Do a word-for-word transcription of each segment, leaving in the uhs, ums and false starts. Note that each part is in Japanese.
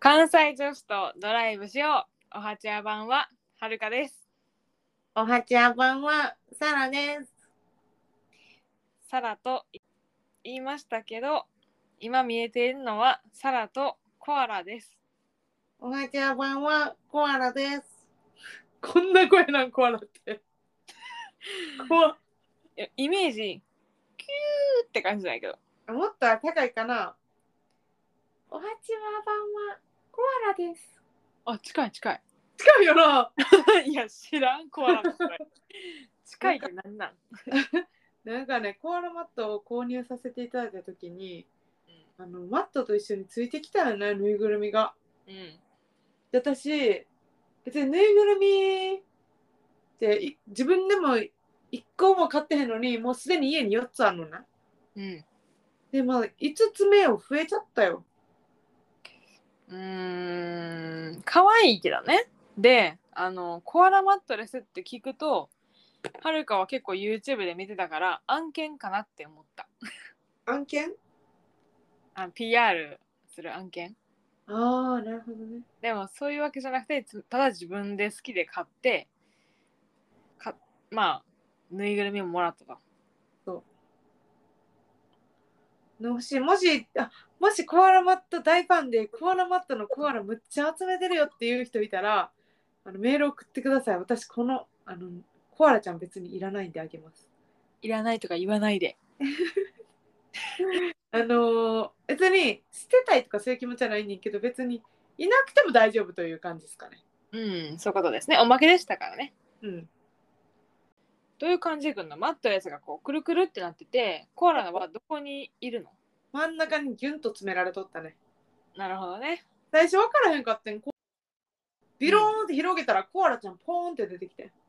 関西女子とドライブしよう。おはちゃ版ははるかです。 おはちゃ版はサラです。 サラと言いましたけど、今見えているのはサラとコアラです。 おはちゃ版はコアラです。こんな声なんコアラって怖イメージキューって感じだけど、 もっと高いかな。おはちゃ版はコアラです。 あ、近い近い近いよな。 いや知らん、コアラの声近いってなんなんなんかね、コアラマットを購入させていただいたときに、うん、あのマットと一緒についてきたよね、ぬいぐるみが。うん、で私別にぬいぐるみって自分でもいっこも買ってへんのに、もうすでに家によっつあるのな。うん。で、まあいつつめを増えちゃったよ。 うーん、可愛いけどね。で、あのコアラマットレスって聞くと、はるかは結構 YouTube で見てたから案件かなって思った。 案件？ あ、ピーアール する案件。 ああ、なるほどね。 でもそういうわけじゃなくて、ただ自分で好きで買ってか、まあぬいぐるみももらったと。 そうもしもしあもしコアラマット大ファンでコアラマットのコアラむっちゃ集めてるよっていう人いたら、あのメール送ってください。私このあのコアラちゃん別にいらないんであげます。 いらないとか言わないで。 あのー、別に捨てたいとかそういう気持ちはないねんけど、別にいなくても大丈夫という感じですかね。 うん、そういうことですね。おまけでしたからね。 うん。 どういう感じでくんの？マットレスがこうくるくるってなってて、コアラはどこにいるの？ 真ん中にギュンと詰められとったね。 なるほどね。 最初分からへんかったん。ビローンって広げたらコアラちゃんポーンって出てきて。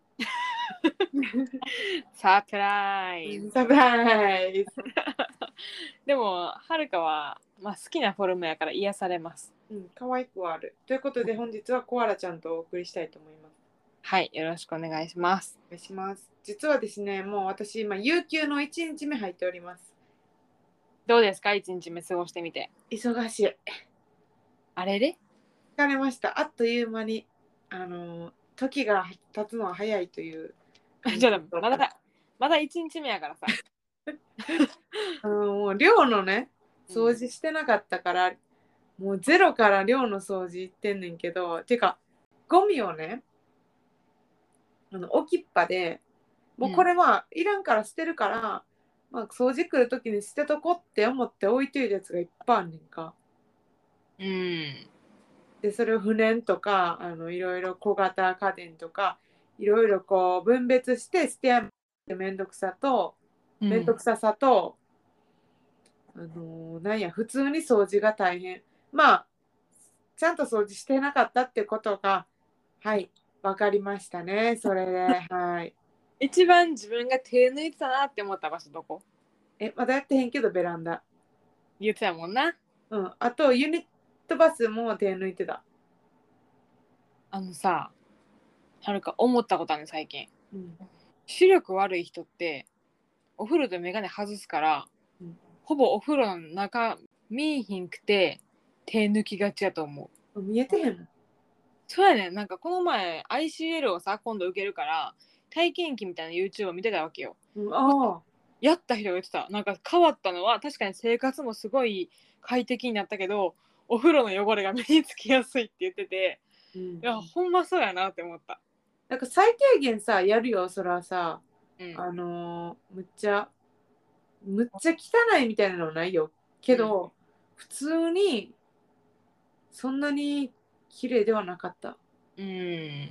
サプライズ。 サプライズ。 でもはるかは、まあ、好きなフォルムやから癒されます。 うん、可愛くはある。ということで本日はコアラちゃんとお送りしたいと思います。 はい、よろしくお願いします。 お願いします。実はですね、もう私今有給のいちにちめ入っております。 どうですか、いちにちめ過ごしてみて。 忙しい。 あれれ疲れました。あっという間にあの時が経つのは早いという感じ。 ちょっとまだまだいちにちめやからさあのもう寮のね掃除してなかったから、うん、もうゼロから寮の掃除行ってんねんけど、てかゴミをねあの置きっぱで、もうこれまあ、うん、いらんから捨てるから、まあ、掃除来る時に捨てとこって思って置いてるやつがいっぱいあんねんか。 うん。 でそれを不燃とかあのいろいろ小型家電とかいろいろこう分別して捨てやめめんどくさとめんどくささと、うん、あのなんや普通に掃除が大変。まあちゃんと掃除してなかったってことがはい分かりましたね。それではい一番自分が手抜いてたなって思った場所どこ？ えまだやってへんけどベランダ言ってたもんな。 うん、あとユニットバスも手抜いてた。 あのさ、はるか思ったことあるの最近、 うん、 視力悪い人ってお風呂で眼鏡外すから、うん、ほぼお風呂の中見えひんくて手抜きがちやと思う。見えてへんもん。 そうやねん。なんかこの前 アイシーエル をさ今度受けるから体験記みたいな YouTube を見てたわけよ。 うん、ああ。 やった人が言ってた。なんか変わったのは確かに生活もすごい快適になったけど、お風呂の汚れが目につきやすいって言ってて、うん、いやほんまそうやなって思った。 なんか最低限さやるよそらさ、うん、あのー、むっちゃむっちゃ汚いみたいなのはないよけど、うん、普通にそんなに綺麗ではなかった。 うん、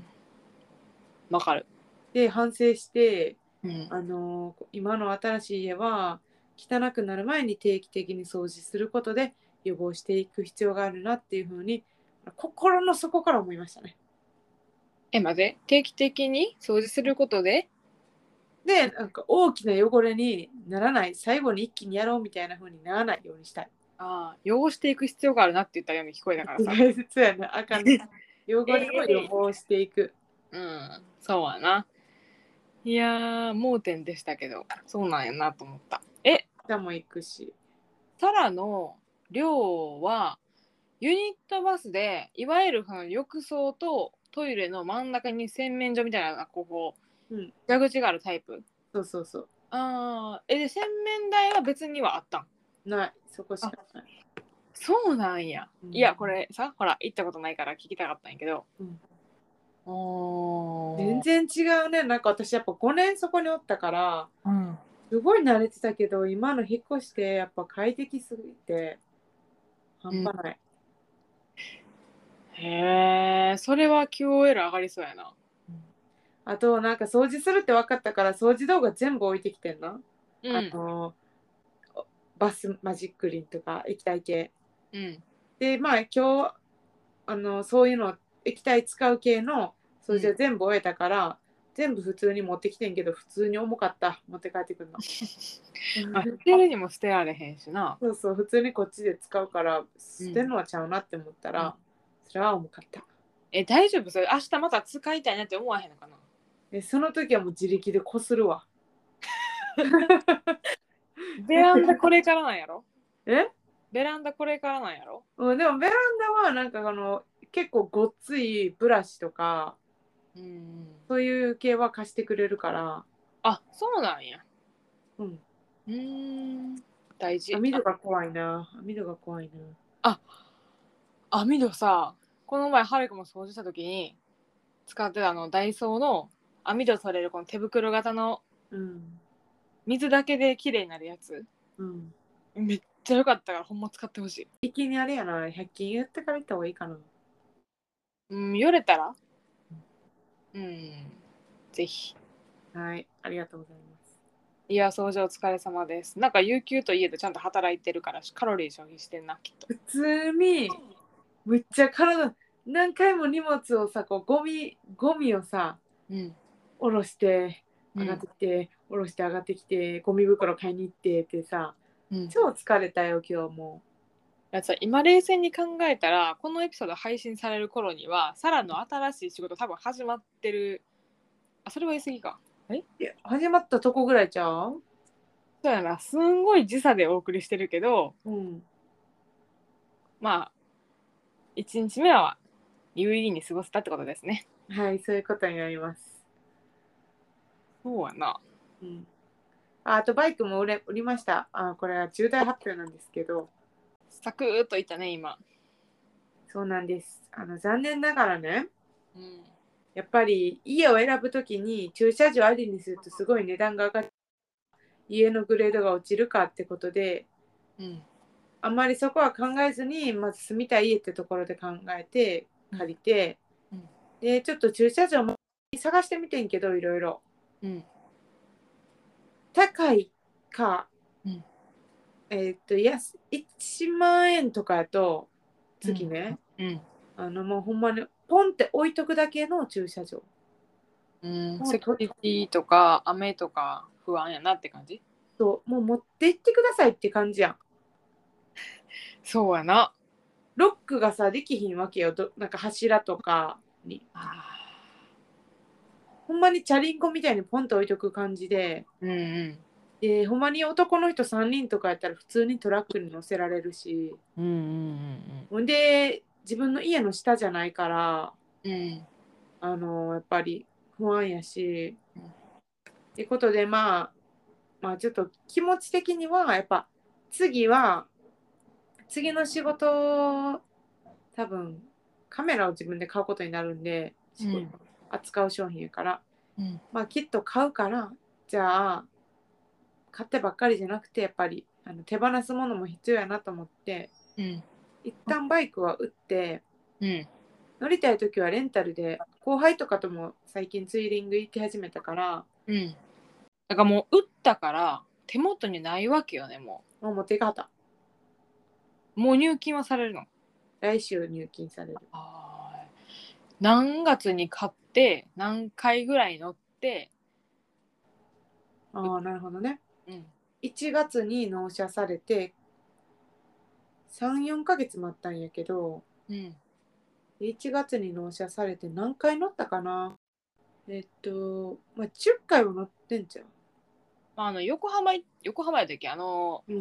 わかる。 で反省して、 うん、 あのー、今の新しい家は汚くなる前に定期的に掃除することで予防していく必要があるなっていうふうに心の底から思いましたね。 え、待って、定期的に掃除することででなんか大きな汚れにならない、最後に一気にやろうみたいな風にならないようにしたい。 ああ、汚していく必要があるなって言ったように聞こえたからさ。 そうやな、あかんね。汚れを予防していく。 えー、うん、そうやな。いやー、盲点でしたけど、そうなんやなと思った。え、 下も行くし。 サラの量はユニットバスでいわゆるその浴槽とトイレの真ん中に洗面所みたいなここうん。 蛇口があるタイプ。 そうそうそう。 ああ、えで洗面台は別にはあったん？ ない。そこしかない。 そうなんや。 うんいやこれさほら行ったことないから聞きたかったんやけど。 うんお全然違うね。なんか私やっぱごねんそこにおったから、 うん。 すごい慣れてたけど、今の引っ越してやっぱ快適すぎて、半端ない。 へえ、それは キューオーエル 上がりそうやな。 うんあと、なんか掃除するって分かったから、掃除道具全部置いてきてんな。あうん。 の、バスマジックリンとか液体系。 うん。 で、まあ今日、あの、そういうの、液体使う系の掃除は全部終えたから、全部普通に持ってきてんけど、普通に重かった。持って帰ってくるの。 まあ、捨てるにも捨てられへんしな。 そうそう、普通にこっちで使うから、 うん捨てるのはちゃうなって思ったら、それは重かった。 え、大丈夫それ明日また使いたいなって思わへんのかな？ え、その時はもう自力でこするわ。 ベランダこれからなんやろ？ えベランダこれからなんやろ？ うん、でもベランダはなんかあの結構ごっついブラシとかうん。 そういう系は貸してくれるから、 あ、そうなんや。 うん、 うーん。大事。 網戸が怖いな。網戸が怖いな。 あ、網戸さ、この前ハルクも掃除した時に使ってたあのダイソーの網戸取れるこの手袋型のうん、 水だけで綺麗になるやつ。 うん。 めっちゃ良かったからほんま使ってほしい。 一気にあれやな、ひゃっ均言ってから行った方がいいかな。 うん、よれたらうん、ぜひ。 はい、ありがとうございます。 いや、掃除お疲れ様です。なんか有給といえどちゃんと働いてるからカロリー消費してんな、きっと。 普通にむっちゃ体、何回も荷物をさ、こうゴミ、ゴミをさ、 うん。 下ろしてうん。 上がってきて、下ろして上がってきて、ゴミ袋買いに行ってってさ、 うん。 超疲れたよ、今日も。 やつは今冷静に考えたらこのエピソード配信される頃にはサラの新しい仕事多分始まってる。あ、それは言い過ぎか。えいや、始まったとこぐらいちゃう？ そうやな、すんごい時差でお送りしてるけど、 うん。 まあいちにちめは有意義に過ごせたってことですね。 はい、そういうことになります。 そうやな。 うん。あ、あとバイクも売れ、売りました。あ、これは重大発表なんですけど、 サクッといったね今。 そうなんです。あの、残念ながらね、 うん。 やっぱり家を選ぶときに駐車場ありにするとすごい値段が上がって、家のグレードが落ちるかってことで、 うん。 あんまりそこは考えずに、まず住みたい家ってところで考えて借りて、 うん。 で、ちょっと駐車場も探してみてんけど、いろいろ。 うん。 高いか、 うんえーっと、安いちまん円とかやと、月ね、 うん。 あのもうほんまにポンって置いとくだけの駐車場。 うん。 もうとセキュリティとか雨とか不安やなって感じ。 ともう持って行ってくださいって感じやん。 そうやな。 ロックがさ、できひんわけよ。どなんか柱とかに。 あほんまにチャリンコみたいにポンと置いとく感じで、 ーうんうん。 で、ほんまに男の人さんにんとかやったら普通にトラックに乗せられるし、 うんうんほんで、自分の家の下じゃないから、 うんうん。 あの、やっぱり不安やし、 うんってことで、まあ、まあちょっと気持ち的には、やっぱ次は、次の仕事、多分カメラを自分で買うことになるんで、仕事うん扱う商品やから、 うんまあきっと買うから、じゃあ、買ってばっかりじゃなくて、やっぱりあの手放すものも必要やなと思って、 うん一旦バイクは売って、 うん乗りたい時はレンタルで、後輩とかとも最近ツーリング行き始めたから、 うん。だからもう打ったから手元にないわけよね。ももう持っていかはった。 うもう入金はされるの？ 来週入金される。 あー何月に買って何回ぐらい乗って、 ああ、なるほどね。 うんいちがつに納車されて、さん、よんかげつ待ったんやけど、 うんいちがつに納車されて何回乗ったかな。えっと、まあ、じゅっかいは乗ってんじゃん。 まあ、あの横浜い横浜やったっけ、あのうん。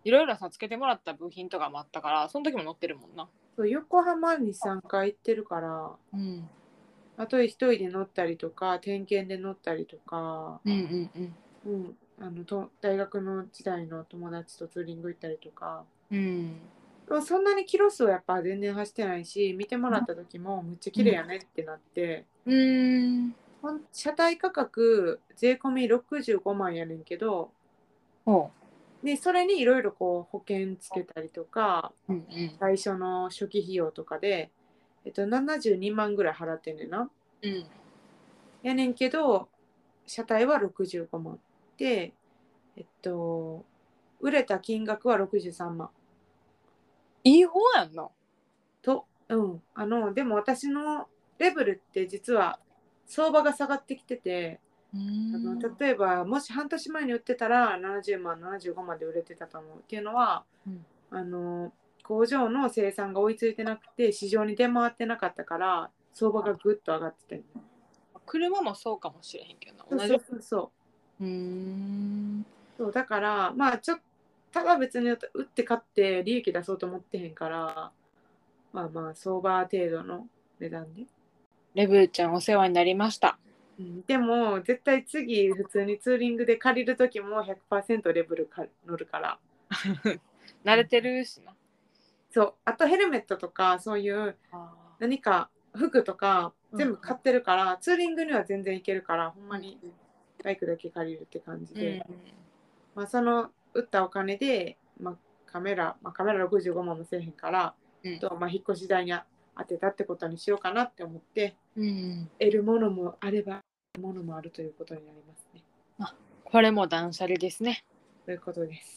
いろいろさつけてもらった部品とかもあったから、その時も乗ってるもんな。 そう横浜にさんかい行ってるから、 うん、 あと一人で乗ったりとか点検で乗ったりとか、 うんうんうんうん、あのと大学の時代の友達とツーリング行ったりとか、 うんでもそんなにキロ数はやっぱ全然走ってないし、見てもらった時もむっちゃ綺麗やねってなって、 うーん。 ほん車体価格税込みろくじゅうごまんやねんけど、 ほでそれにいろいろこう保険つけたりとか、 う。うんうん最初の初期費用とかで、えっと、ななじゅうにまんぐらい払ってんねんな。 うんやねんけど、車体はろくじゅうごまんで、えっと、売れた金額はろくじゅうさんまんいい方やんな。 と、うん、あの、でも私のレベルって実は相場が下がってきてて、 うーあのん例えばもし半年前に売ってたらななじゅうまん、ななじゅうごまんで売れてたと思うっていうのは、 うんあの工場の生産が追いついてなくて市場に出回ってなかったから相場がぐっと上がってて、 車もそうかもしれへんけどな。同じ。 そうそうそうそうーんそうだからまあちょっとただ別に売って買って利益出そうと思ってへんから、まあまあ相場程度の値段で、 レブーちゃんお世話になりました。 うん、でも絶対次普通にツーリングで借りる時もひゃくパーセントレベルか乗るから。 慣れてるしな。 そう、あとヘルメットとかそういうあ何か服とかー全部買ってるから、ツーリングには全然行けるからほんうんまにバイクだけ借りるって感じうんで、まあ、その売ったお金で、まあ、カメラ、まあ、カメラろくじゅうごまんもせえへんから、 うんとまあ、引っ越し代に当てたってことにしようかなって思って、 うん得るものもあれば得るものもあるということになりますね。 あ、これも断捨離ですね。 ということです。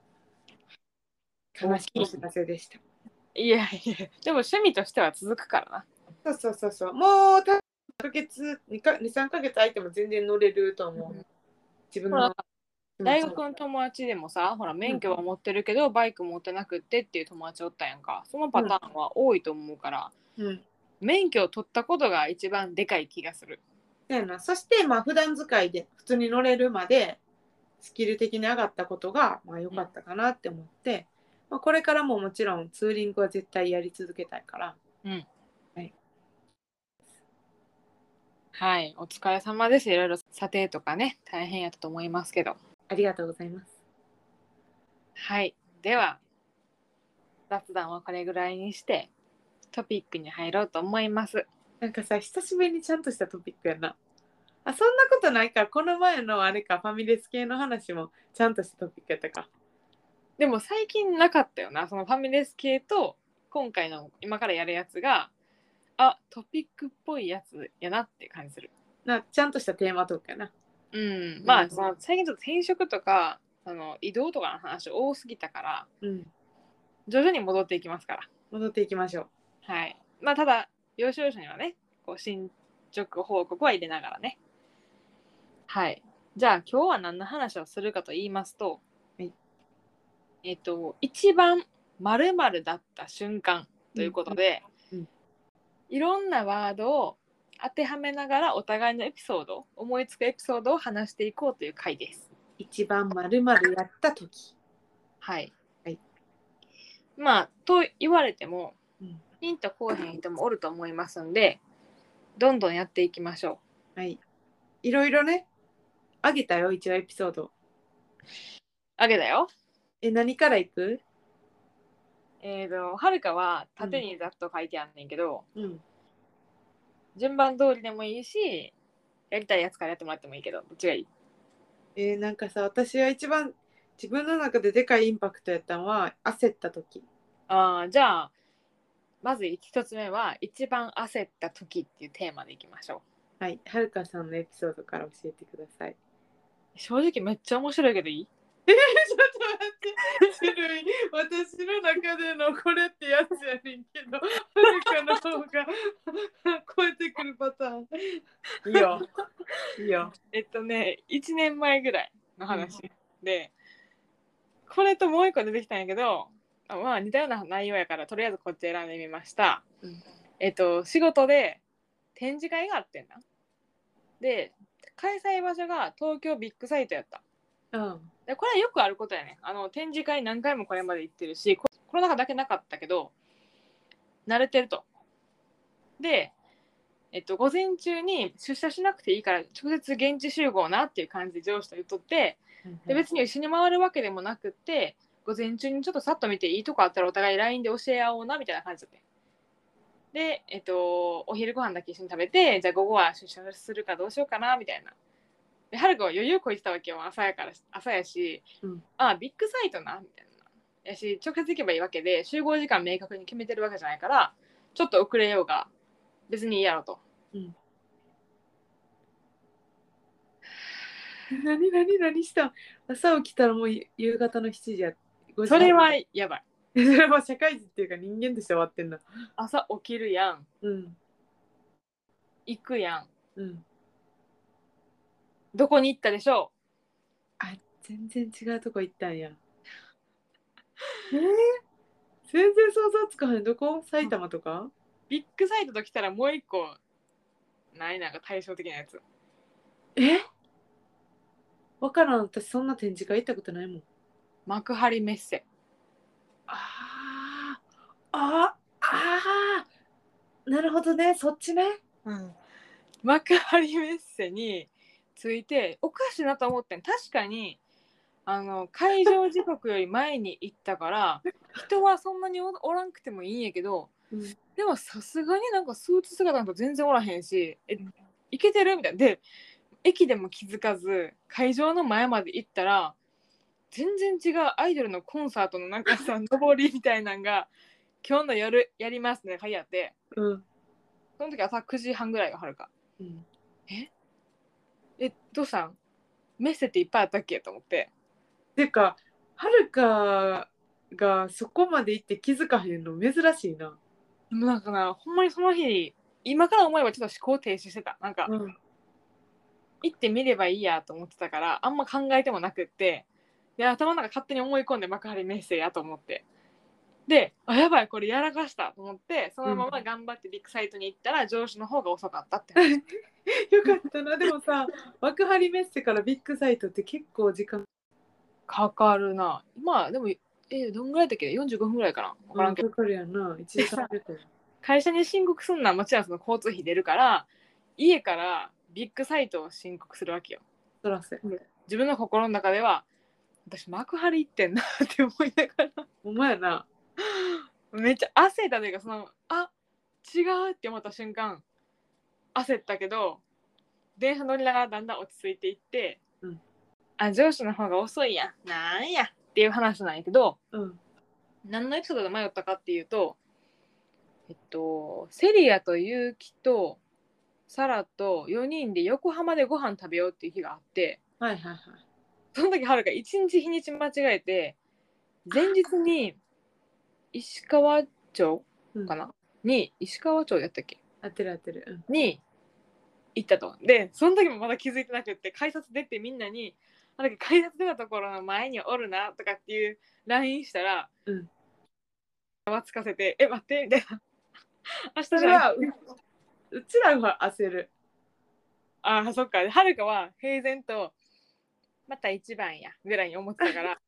悲大きい。 しいお知らせでした。 いやいや、でも趣味としては続くからな。 そうそうそうそう。もうたヶ月2かに、さんかげつ空いても全然乗れると思う。自分ほら、 の気持ち。 大学の友達でもさ、ほら免許は持ってるけど、バイク持ってなくってっていう友達おったやんか。そのパターンは多いと思うから、 うん。 免許を取ったことが一番でかい気がする。 そうやな。そして、まあ、普段使いで普通に乗れるまで、スキル的に上がったことが、まあ、良かったかなって思って、まあ、これからももちろんツーリングは絶対やり続けたいから。 うん。 はい。 はい、お疲れ様です。いろいろ査定とかね、大変やったと思いますけど。 ありがとうございます。 はい、では雑談はこれぐらいにしてトピックに入ろうと思います。 なんかさ、久しぶりにちゃんとしたトピックやな。あ、そんなことないか。この前のあれか、ファミレス系の話もちゃんとしたトピックやったか。 でも最近なかったよな、そのファミレス系と今回の今からやるやつが、あ、トピックっぽいやつやなって感じする。 な、ちゃんとしたテーマトークやな。 うん、まあその最近ちょっと転職とかその移動とかの話多すぎたから、 うん。 徐々に戻っていきますから。 戻っていきましょう。 はい。まあただ要所要所にはね、こう進捗報告は入れながらね。はい。じゃあ今日は何の話をするかと言いますと、 はい、 えっと一番〇〇だった瞬間ということで、 うんうん、 いろんなワードを当てはめながらお互いのエピソード、思いつくエピソードを話していこうという回です。 一番まるまるやった時。 はい。 はい。 まあと言われても、 うん、 ヒントこうへん人もおると思いますんで、どんどんやっていきましょう。はい。いろいろね、あげたよ、一応エピソード。 あげだよ。 え、何からいく？ えーと、はるかは縦にざっと書いてあんねんけど、 うん。 順番通りでもいいし、やりたいやつからやってもらってもいいけど、どっちがいい？ えーなんかさ、私は一番自分の中ででかいインパクトやったのは、焦った時。 あーじゃあ、まず一つ目は、一番焦った時っていうテーマでいきましょはい。はるかさんのエピソードから教えてください。 う。正直めっちゃ面白いけどいい？ えー、ちょっと待って。種類、私の中でのこれってやつやねんけど、はるかの方が超えてくるパターン。いいよ。いいよ。 えっとね、いちねんまえぐらいの話、うん、で、これともう一個出てきたんやけど、まあ似たような内容やからとりあえずこっち選んでみました。うん、えっと仕事で展示会があってんな。で、開催場所が東京ビッグサイトやった。 うん。 でこれはよくあることやね。あの展示会何回もこれまで行ってるし、コロナ禍だけなかったけど慣れてると。で、えっと、午前中に出社しなくていいから直接現地集合なっていう感じで上司と言っとって、で別に一緒に回るわけでもなくって、午前中にちょっとさっと見ていいとこあったらお互い ライン で教え合おうなみたいな感じだった。で、えっと、お昼ご飯だけ一緒に食べて、じゃあ午後は出社するかどうしようかなみたいな。で、はるかは余裕こいてたわけよ。朝やから、朝やし、 うん、 ああ、ビッグサイトなみたいな。やし、直接行けばいいわけで、集合時間明確に決めてるわけじゃないから、ちょっと遅れようが、別にいいやろと。 うん。何何何したん？朝起きたらもう夕方のしちじや。ごじ。 それはやばい。 それは社会人っていうか人間として終わってんだ。 朝起きるやん。 うん。 行くやん。 うん。 どこに行ったでしょあ、全然違うとこ行ったんや。えー、全然想像つかへん。どこ？埼玉とか？ う。ビッグサイトと来たらもう一個、ないなんか対照的なやつ。 え、わからん。私そんな展示会行ったことないもん。 幕張メッセ。 ああ、ああ、なるほどね。そっちね。 うん。幕張メッセについておかしいなと思ってん。確かにあの会場時刻より前に行ったから人はそんなに お, おらんくてもいいんやけど、 うん、 でもさすがになんかスーツ姿なんか全然おらへんし、えいけてるみたいな。で駅でも気づかず会場の前まで行ったら全然違うアイドルのコンサートのなんかさ上りみたいなんが今日の夜やりますね書いてあって、 うん、 その時朝くじはんぐらいがはるか、 うん。 ええどうしたん、メッセっていっぱいあったっけと思って。 てか、はるかがそこまで行って気づかへんの珍しいな。 でもなんかな、ほんまにその日今から思えばちょっと思考停止してた。なんか、 うん、 行ってみればいいやと思ってたからあんま考えてもなくって、で頭の中勝手に思い込んで幕張メッセやと思って、で、あやばいこれやらかしたと思ってそのまま頑張ってビッグサイトに行ったら上司の方が遅かったって話。 よかったな。でもさ、幕張メッセからビッグサイトって結構時間。 かかるな。まあでも、えどんぐらいだっけ、よんじゅうごふんぐらいかな、分からうん、 んけど。 かかるやんな。いちじかんめと。 会社に申告するのはもちろんその交通費出るから家からビッグサイトを申告するわけよ。 そらせ。 自分の心の中では私幕張行ってんなって思いながらほんまやな。 めっちゃ焦ったというか、そのあ違うって思った瞬間焦ったけど電車乗りながらだんだん落ち着いていって、 うん、 あ上司の方が遅いやんなんやっていう話なんやけど、 うん、 何のエピソードで迷ったかっていうと、えっとセリアとユウキとサラとよにんで横浜でご飯食べようっていう日があって、 はいはいはい。 その時はるかいちにち日にち間違えて前日に石川町かな、うん、に石川町やったっけ合ってる合ってる。 うん、に行ったと。でその時もまだ気づいてなくって改札出てみんなにあだけ改札出たところの前におるなとかっていう ライン したら、 うん。 わつかせてえ待ってみたいな明日そじゃん。 れはう、うちらは焦る。 あそっか、はるかは平然とまた一番やぐらいに思ってたから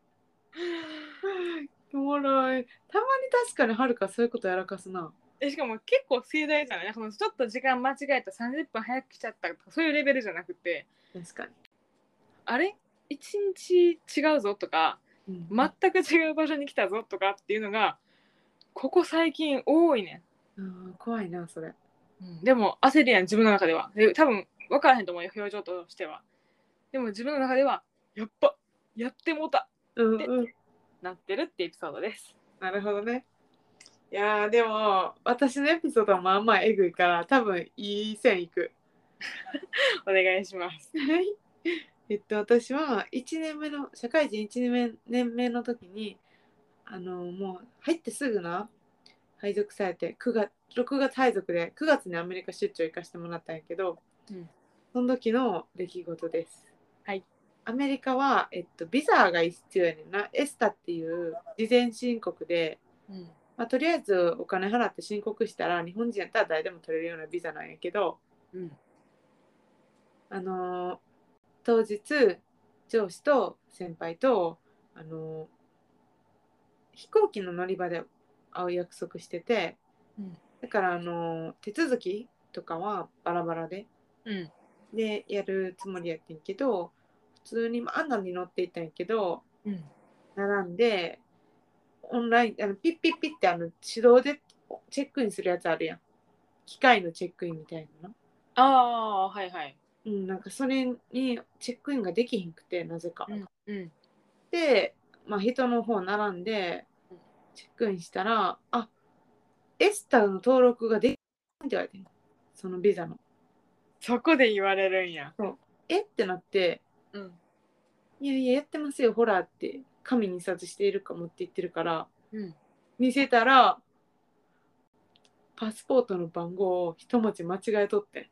おもろい。たまに確かにはるかそういうことやらかすな。 しかも結構盛大じゃない、そのちょっと時間間違えたさんじゅっぷん早く来ちゃったとかそういうレベルじゃなくて、 確かに。 あれ一日違うぞとか、 うん、 全く違う場所に来たぞとかっていうのがここ最近多いねん。あ怖いな、それ。 ん、うん、でも焦るやん自分の中では。で多分分からへんと思うよ表情としては。でも自分の中ではやっぱやってもうたってうんうん。 なってるってエピソードです。 なるほどね。いやーでも私のエピソードはまあまあえぐいから多分いい線いく。 お願いします。 はい。えっと私はいちねんめの社会人いちねんめの時にあのもう入ってすぐな配属されてくがつろくがつ配属でくがつにアメリカ出張行かせてもらったんやけど、うん、その時の出来事です。 はい。 アメリカは、えっと、ビザが必要やねんな。エスタっていう事前申告で、うんまあ、とりあえずお金払って申告したら日本人やったら誰でも取れるようなビザなんやけど、うん、あのー、当日上司と先輩とあの飛行機の乗り場で会う約束してて、 うん。 だからあの手続きとかはバラバラでうん。 でやるつもりやってんけど、普通にアナに乗っていったんやけど、 うん。 並んでオンラインあのピッピッピッってあの手動でチェックインするやつあるやん、機械のチェックインみたいなの。 ああ、はいはい。 うん、なんかそれにチェックインができひんくて、なぜか。 うん。うん。 で、まあ、人の方並んでチェックインしたら、あ、エスターの登録ができないって言われてん、そのビザの。 そこで言われるんや。 そう。えってなって、 うん。 いやいや、やってますよ、ほらって、紙に印刷しているかもって言ってるから、 うん。 見せたら、パスポートの番号を一文字間違えとってん。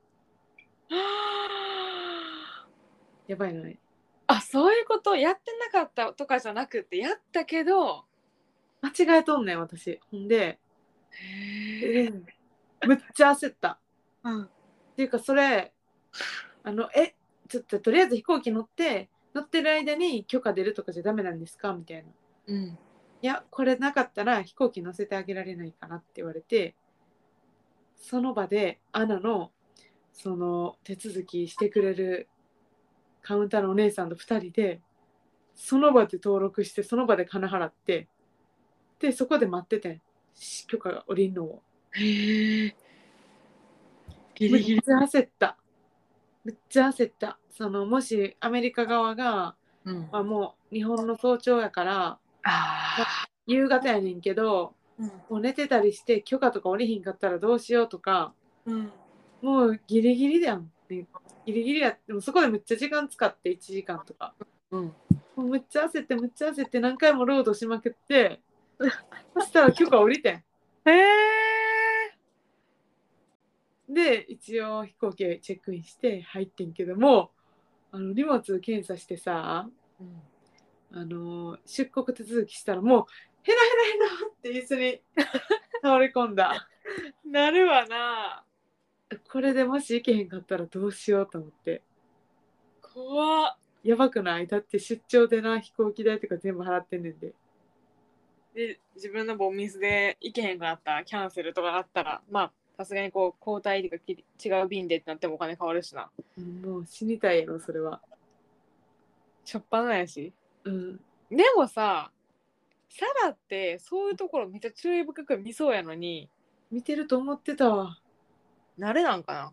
やばいのね。 あ、そういうことやってなかったとかじゃなくてやったけど。 間違えとんねん、私。ほんで、 へえ。 えむっちゃ焦った。 うん。 っていうか、それ、あの、え、ちょっととりあえず飛行機乗って、乗ってる間に許可出るとかじゃダメなんですかみたいな。 うん。 いや、これなかったら飛行機乗せてあげられないかなって言われて、その場でアナのその手続きしてくれるカウンターのお姉さんとふたりで、その場で登録して、その場で金払って、で、そこで待っててん、許可が下りんのを。 へえ。ギリギリ。 めっちゃ焦った。めっちゃ焦った。その、もしアメリカ側が、 うん。 まあ、もう日本の早朝やから、まあ、 ああ。 夕方やねんけど、 うん。 もう寝てたりして許可とか下りひんかったらどうしようとか、 うん。 もうギリギリだん、ね、ギリギリやってもそこでめっちゃ時間使っていちじかんとか、 うん。 もうめっちゃ焦ってめっちゃ焦って何回もロードしまくって、そしたら許可下りてん。 へえ。 で一応飛行機チェックインして入ってんけども、あの荷物検査してさ、 うん。 あの出国手続きしたらもうヘラヘラヘラって椅子に倒れ込んだ。 なるわな。 これでもし行けへんかったらどうしようと思って。 怖っ。 やばくない？だって出張でな、飛行機代とか全部払ってんねんで。 で自分のボンミスで行けへんくなったらキャンセルとかあったら、まあさすがにこう交代とか違う便でってなってもお金変わるしな。 もう死にたいやろそれは。 しょっぱなやし。 うん。 でもさ、サラってそういうところめっちゃ注意深く見そうやのに、 見てると思ってたわ。 慣れなんかな。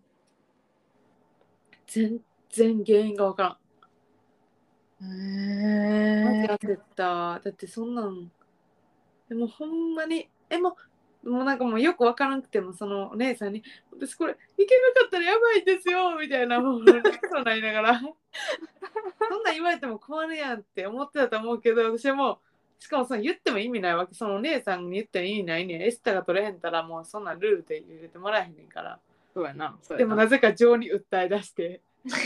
全然原因がわからへん。マジえ。 焦った。だってそんなん。でもほんまに、え、もう、もうなんかもうよくわからんくても、そのお姉さんに、私これ、いけなかったらやばいんですよみたいな、もう泣きそうになりながら、そんなん言われても困るやんって思ってたと思うけど、私はもう、しかもその言っても意味ないわけ。そのお姉さんに言っても意味ないねん。エスタが取れへんたら、もうそんなルールで入れてもらえへんねんから。 そうやな。そうやな。 でもなぜか情に訴え出して。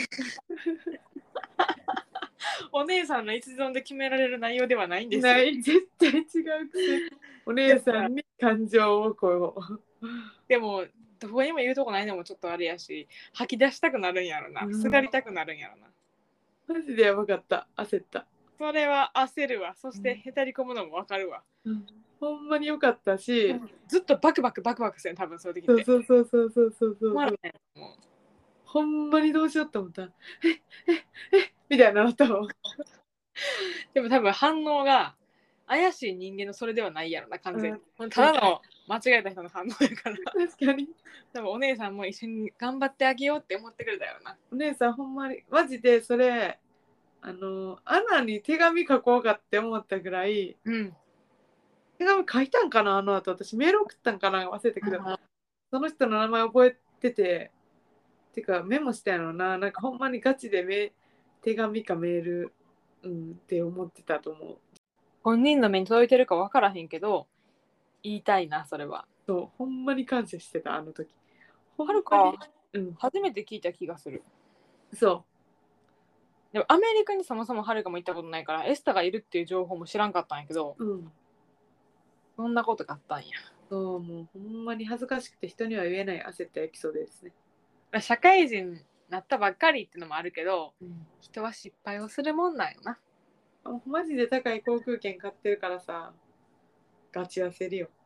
お姉さんの一存で決められる内容ではないんですよ。 ない、絶対違うくせに。お姉さんに感情をこう。 でもどこにも言うとこないのもちょっとあれやし、吐き出したくなるんやろな。すがりたくなるんやろな。 マジでやばかった。焦った。 それは焦るわ。そしてへたり込むのもわかるわ。 うん、ほんまによかったし、 ずっとバクバクバクバクしてん、多分そういう時って。 そうそうそうそうそうそうそうまあね、もうほんまにどうしようと思った。えええみたいなのと。 でも多分反応が怪しい人間のそれではないやろな、完全に。 うん、 ただの間違えた人の反応やから。 確かに。 多分お姉さんも一緒に頑張ってあげようって思ってくれたよな。 お姉さんほんまに、マジでそれ、あの、アナに手紙書こうかって思ったぐらい、 うん。 手紙書いたんかな、あの後。私メール送ったんかな、忘れたけど、その人の名前覚えてて、てかメモしたのな、なんかほんまにガチでメ手紙かメール、うん、って思ってたと思う。 本人の目に届いてるか分からへんけど、言いたいな、それは。 そう、ほんまに感謝してた、あの時。ほんはるまに。 か、 うん、 初めて聞いた気がする。 そでもアメリカにそもそもはるかも行ったことないから、エスタがいるっていう情報も知らんかったんやけど、 う、うん。 そんなことがあったんや。 そう、もうほんまに恥ずかしくて人には言えない焦ったエピソードですね。 社会人なったばっかりっていうのもあるけど、 うん人は失敗をするもんなんよな。 あマジで高い航空券買ってるからさ、ガチ焦りよ。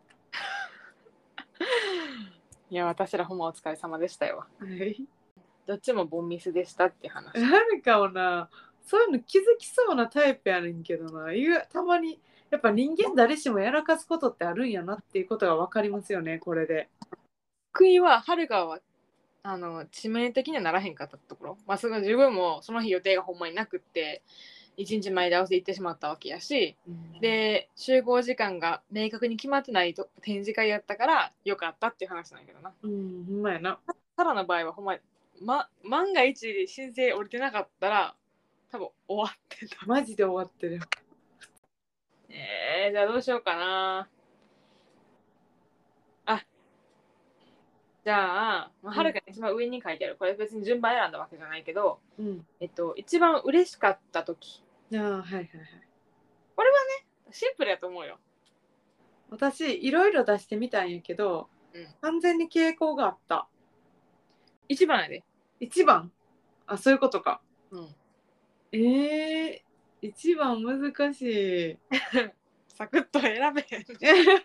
いや私らほんまお疲れ様でしたよ。 はいどっちもボンミスでしたって話。 はるかもな、そういうの気づきそうなタイプやねんけどな、言うたまにやっぱ人間誰しもやらかすことってあるんやなっていうことが分かりますよね、これで。 福井ははるかはあの致命的にはならへんかったところ、まあ、その自分もその日予定がほんまになくっていちにちまえ倒しで行ってしまったわけやし、 うん、 で集合時間が明確に決まってないと展示会やったからよかったっていう話なんやけどな。 うん、ほんまやな。 サラの場合はほんま、ま、万が一申請降りてなかったら多分終わってた。 マジで終わってる。 えー、じゃあどうしようかな。あじゃあ、まあ、はるかに一番上に書いてある、これ別に順番選んだわけじゃないけど、 うん。 えっと、一番嬉しかった時。 ああ、はいはいはい。 これはね、シンプルやと思うよ。 私、いろいろ出してみたんやけど、 うん。 完全に傾向があった。 一番やで。 一番あ、そういうことか。 うん。 ええー、一番難しい。 サクッと選べへん。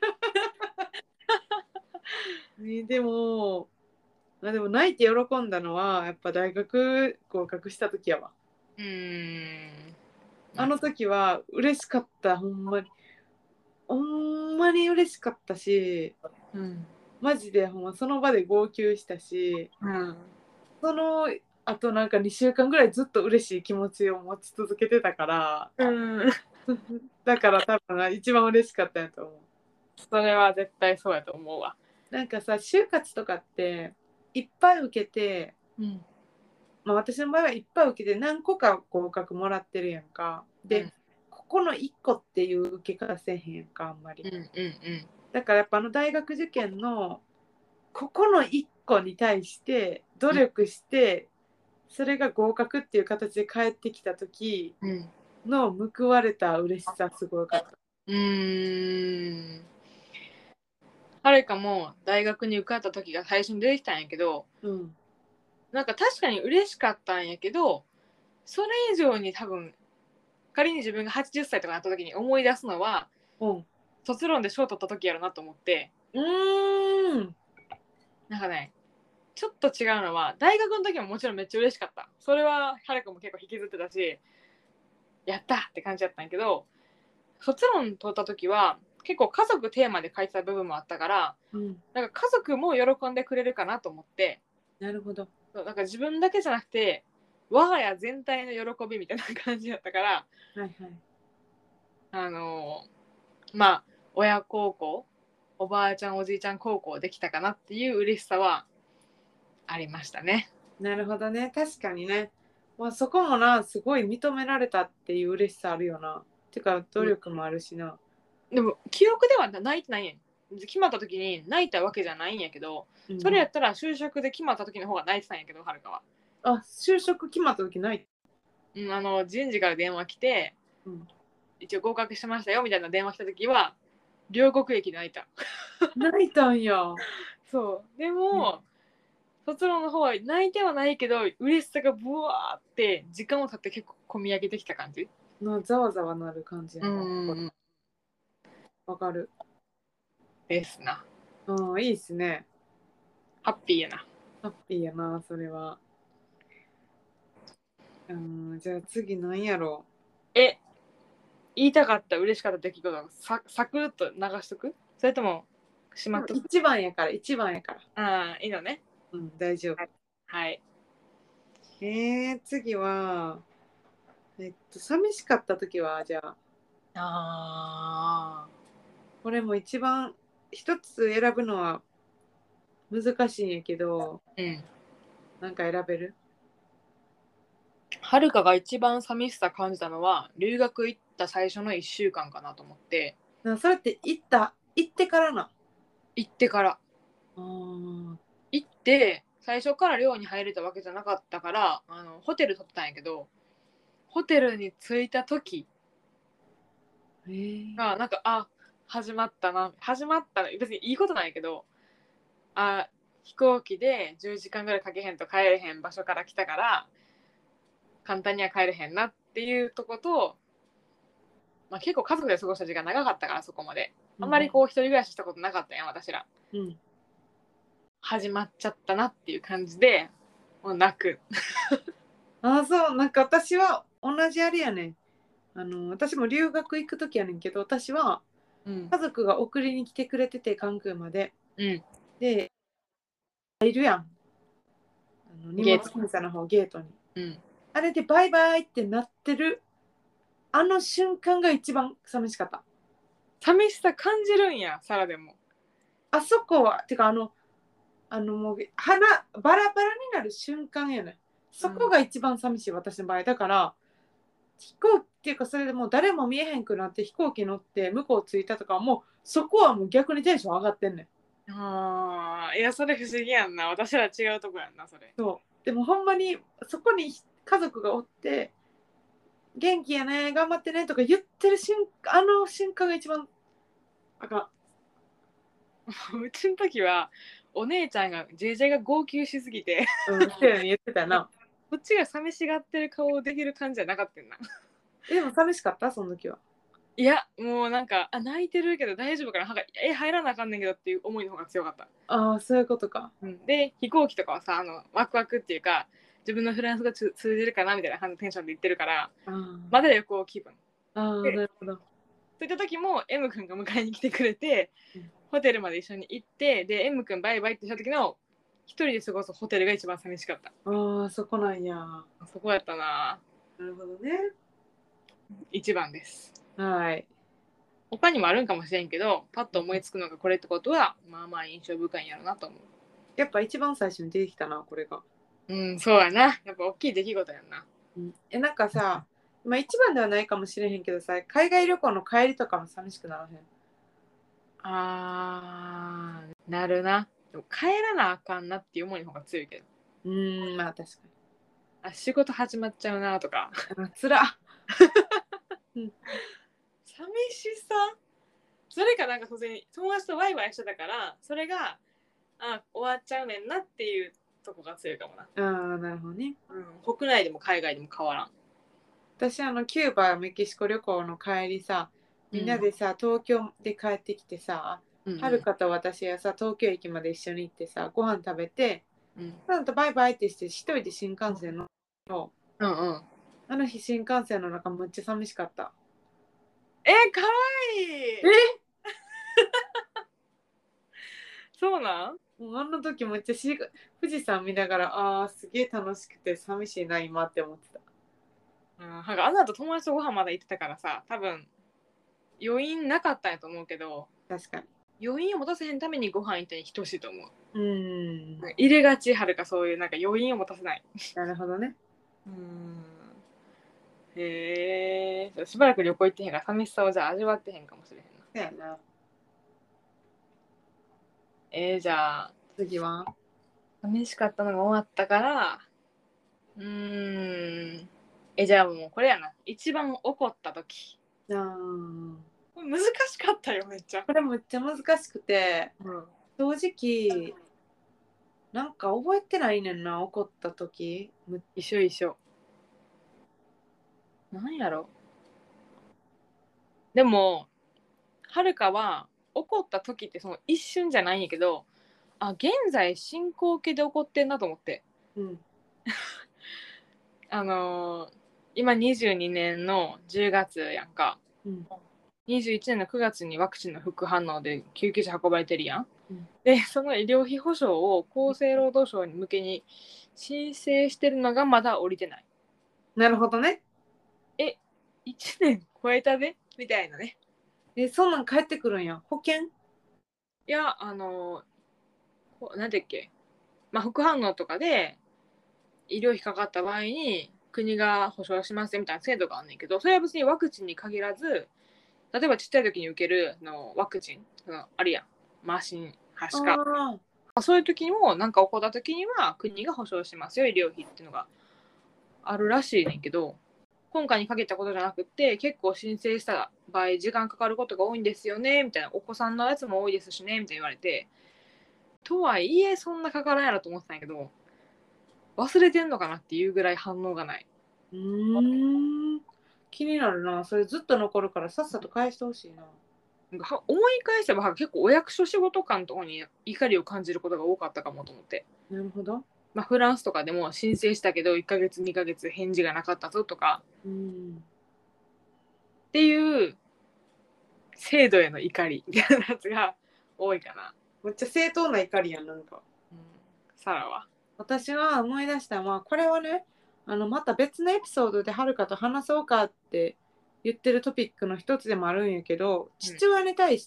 ねでも、あでも泣いて喜んだのは、やっぱ大学合格した時やわ。 うーん。 あの時は嬉しかった、ほんまに。ほんまに嬉しかったし、 うん。 マジでほんまその場で号泣したし、 うん。 そのあとなんかにしゅうかんぐらいずっと嬉しい気持ちを持ち続けてたから、 うん。 だから多分一番嬉しかったんやと思う。 それは絶対そうやと思うわ。 なんかさ、就活とかっていっぱい受けて、 うん。 まあ、私の場合はいっぱい受けて何個か合格もらってるやんか。で、 うん、 ここのいっこっていう受け方せえへんやんか、あんまり。 うん、うん、うん。 だからやっぱあの大学受験のここのいっこに対して努力して、それが合格っていう形で返ってきた時うん。 の報われた嬉しさすごかった。 うーん。はるかも大学に受かった時が最初に出てきたんやけど、 うん。 なんか確かに嬉しかったんやけど、それ以上に多分、仮に自分がはちじゅっさいとかなった時に思い出すのは、 うん。 卒論で賞取った時やろなと思って、 うーん。 なんかね、ちょっと違うのは、大学の時ももちろんめっちゃ嬉しかった。それははるかも結構引きずってたし、やったって感じだったんやけど、卒論取った時は結構家族テーマで書いてた部分もあったから、 うん。 なんか家族も喜んでくれるかなと思って、 なるほど。 そうなんか自分だけじゃなくて我が家全体の喜びみたいな感じだったから、 はいはい。 あのーまあ親孝行、おばあちゃんおじいちゃん孝行できたかなっていう嬉しさはありましたね。 なるほどね。確かにね。まあ、そこもな、すごい認められたっていう嬉しさあるよな。てか、努力もあるしな。 でも記憶では泣いてないねん。決まった時に泣いたわけじゃないんやけど、 うん、 それやったら就職で決まった時の方が泣いてたんやけど、はるかは。 あ、就職決まった時ない。 うん、あの人事から電話来て、 うん、 一応合格しましたよみたいな電話来た時は両国駅で泣いた。 泣いたんや。 そうでも、卒論の方は泣いてはないけど嬉しさがブワーって時間を経って結構込み上げてきた感じ。 なざわざわなる感じやうな。 んわかる。 ですな。 うん、いいっすね。 ハッピーやな。 ハッピーやな、それは。うん、じゃあ次何やろえ言いたかった嬉しかった出来事をさサクッと流しとく、それともしまっう。 とく。 一番やから、一番やから。 ああいいのね。 うん、大丈夫。 はい。 えー、次は、えっと、寂しかった時は、じゃあ、 ああこれも一番、一つ選ぶのは難しいんやけど、 うん。 なんか選べる？ はるかが一番寂しさ感じたのは留学行った最初のいっしゅうかんかなと思って。 なそれって行った、行ってからな。 行ってからあー行って最初から寮に入れたわけじゃなかったから、あのホテル取ってたんやけど、ホテルに着いた時えー、 がなんか、あ始まったな始まったら別にいいことないけど、あ飛行機でじゅうじかんぐらいかけへんと帰れへん場所から来たから簡単には帰れへんなっていうとこと、まあ、結構家族で過ごした時間長かったからそこまであんまりこう一人暮らししたことなかったやん私ら、 うん、 始まっちゃったなっていう感じでもう泣く。 ああ、そう、なんか私は同じあれやねん。あの、私も留学行くときやねんけど、私はうん家族が送りに来てくれてて、関空まで。 うんで、いるやん。あの荷物ゲート検査の方、ゲートに。 うんあれでバイバイってなってる、あの瞬間が一番寂しかった。 寂しさ感じるんやサラでも。 あそこは、てかあの、あのもう、花、バラバラになる瞬間やねん。そこが一番寂しい、私の場合。だから、飛行機っていうか、それでもう誰も見えへんくなって飛行機乗って向こう着いたとか、もうそこはもう逆にテンション上がってんねん。 ああ、いやそれ不思議やんな。私ら違うとこやんなそれ。 そう。でもほんまにそこに家族がおって、元気やね、頑張ってねとか言ってる瞬間、あの瞬間が一番あかん。 うちの時はお姉ちゃんが ジェイジェイ が号泣しすぎてうん、そうやね言ってたな。 こっちが寂しがってる顔できる感じじゃなかったんな。 えでも寂しかったその時は。 いやもうなんかあ泣いてるけど大丈夫かな、なんかえ入らなあかんねんけどっていう思いの方が強かった、 ああ、そういうことか。 うん、で飛行機とかはさあのワクワクっていうか自分のフランスが通じるかなみたいな感じのテンションで言ってるからあまだ旅行気分あ、ああ、 で、 なるほど。 そういった時も M 君が迎えに来てくれて、 うん、 ホテルまで一緒に行ってで M 君バイバイってした時の一人で過ごすホテルが一番寂しかった。 ああ、そこなんや。 そこやったな。 なるほどね。 一番です。 はい。 他にもあるんかもしれんけどパッと思いつくのがこれってことはまあまあ印象深いんやろなと思う。 やっぱ一番最初に出てきたな、これが。 うんそうやな、やっぱ大きい出来事やんな。 うん、え、なんかさ、まあ一番ではないかもしれへんけどさ、海外旅行の帰りとかも寂しくならへん。 あーなるな。でも帰らなあかんなっていう思いの方が強いけど、 うーん、まあ確かあ仕事始まっちゃうなとかに。あ、つら。うん、 寂しさそれかなんか突然友達とワイワイしてたからそれがあ終わっちゃうねんなっていうとこが強いかもな、 ああ、なるほどね。 うん、国内でも海外でも変わらん。 私、あの、キューバ、メキシコ旅行の帰りさ、みんなでさ、東京で帰ってきてさ、 うんうんはるかと私がさ、東京駅まで一緒に行ってさ、ご飯食べて、 うんなんとバイバイってして、一人で新幹線の、 うんうんあの日新幹線の中めっちゃ寂しかった。 えかわいいえそうなん。 もうあの時めっちゃし富士山見ながら、あーすげえ楽しくて寂しいな、今って思ってた。 うん、なんかあの後友達とご飯まだ行ってたからさ多分余韻なかったんやと思うけど確かに。 余韻を持たせへんためにご飯行ったに等しいと思う。 うーん。 入れがちはるかそういうなんか余韻を持たせない。 なるほどね。 うんへえしばらく旅行行ってへんから寂しさをじゃあ味わってへんかもしれへんな。 そうやな。 えー、じゃあ次は寂しかったのが終わったからうーんえじゃあもうこれやな一番怒った時。 あーこれ難しかったよめっちゃ。 これめっちゃ難しくて、 うん正直、なんか覚えてないねんな、怒った時。む一緒一緒。なんやろでもはるかは怒った時ってその一瞬じゃないんやけどあ現在進行形で怒ってんなと思って。 うん。 あのー今にじゅうにねんのじゅうがつやんか。 うん。 にじゅういちねんのくがつにワクチンの副反応で救急車運ばれてるやん、 うん、 でその医療費保証を厚生労働省に向けに申請してるのがまだ降りてない。 なるほどね。 えいちねん超えたでみたいなね。 え、そんなん帰ってくるんや。保険いやあのー、なんてっけ、まあ、副反応とかで医療費かかった場合に国が保証しますみたいな制度があんねんけどそれは別にワクチンに限らず例えばちっちゃい時に受けるのワクチンのあるやんマシンはしかあそういう時にも何か起こった時には国が保証しますよ医療費っていうのがあるらしいねんけど今回に限ったことじゃなくて結構申請した場合時間かかることが多いんですよねみたいなお子さんのやつも多いですしねみたいな言われてとはいえそんなかからんやろと思ってたんやけど、忘れてんのかなっていうぐらい反応がない。 うーん。気になるな。それずっと残るからさっさと返してほしいな。 なんか思い返せば結構お役所仕事官とかに怒りを感じることが多かったかもと思って。 なるほど。 まあ、フランスとかでも申請したけどいっかげつにかげつ返事がなかったぞとかうん。 っていう制度への怒りみたいなやつが多いかな。 めっちゃ正当な怒りやん、なんか。 うん、サラは。 私は思い出したのは、これはね、あのまた別のエピソードではるかと話そうかって言ってるトピックの一つでもあるんやけど、父親に対して、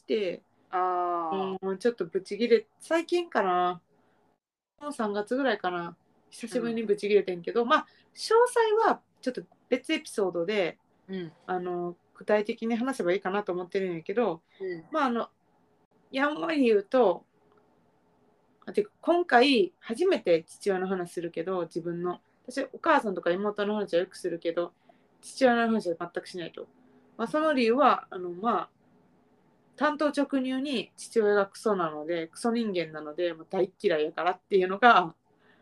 あうん、ちょっとブチギレ、最近かな、もうさんがつぐらいかな、久しぶりにブチギレてんけど、まあ、詳細はちょっと別エピソードで、 うん。 あの具体的に話せばいいかなと思ってるんやけど、 うんまあ、あの、やんわり言うと、あてか今回初めて父親の話するけど、自分の私お母さんとか妹の話はよくするけど父親の話は全くしないと、まあ、その理由はあのまあ担当直入に父親がクソなのでクソ人間なのでもう大嫌いやからっていうのが。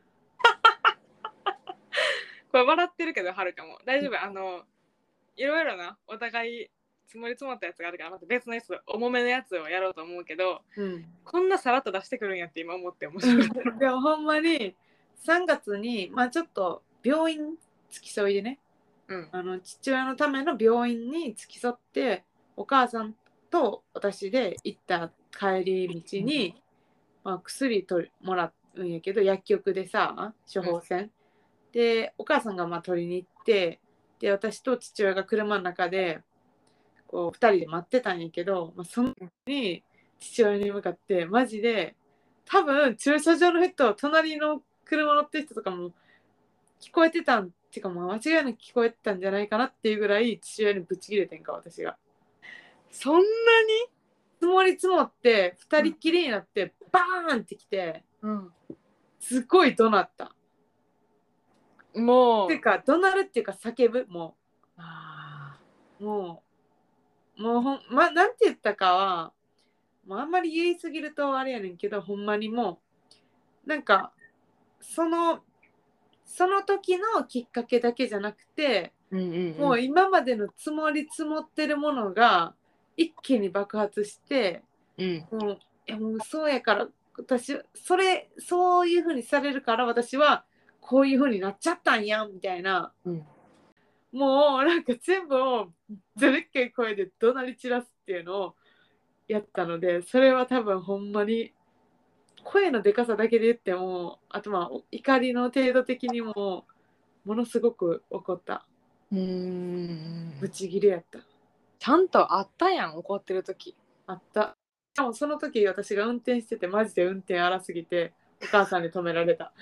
これ笑ってるけどはるかも大丈夫。あのいろいろなお互い積もり積もったやつがあるからまた別のやつ重めのやつをやろうと思うけど、 うん、 こんなさらっと出してくるんやって今思って面白い。 でもほんまにさんがつにまあちょっと病院付き添いでね、 うん、 あの父親のための病院に付き添ってお母さんと私で行った帰り道に、まあ、薬ともらうんやけど薬局でさ処方箋、うん、でお母さんがまあ取りに行ってで私と父親が車の中でこうふたりで待ってたんやけど、まあ、その時に父親に向かってマジで多分駐車場の人隣の車乗ってる人とかも聞こえてたんっていうかもう間違いなく聞こえてたんじゃないかなっていうぐらい父親にぶち切れてんか私が。 そんなに積もり積もってふたりっきりになってバーンってきて、 うん、 すごい怒鳴った。 もうてか怒鳴るっていうか叫ぶ。もあうもうもうほんまなんて言ったかはもうあんまり言いすぎるとあれやねんけどほんまにもうなんかそのその時のきっかけだけじゃなくて、 うんうんうん、 もう今までの積もり積もってるものが一気に爆発して、 うん、 もういやもうそうやから私それそういう風にされるから私はこういう風になっちゃったんやみたいな、 うん、 もうなんか全部をずるっけい声で怒鳴り散らすっていうのをやったので、それは多分ほんまに声のでかさだけで言ってもあとまあ怒りの程度的にもものすごく怒った。 うーん、 ブチギレやった。 ちゃんとあったやん怒ってる時。 あった。しかもその時私が運転しててマジで運転荒すぎてお母さんに止められた。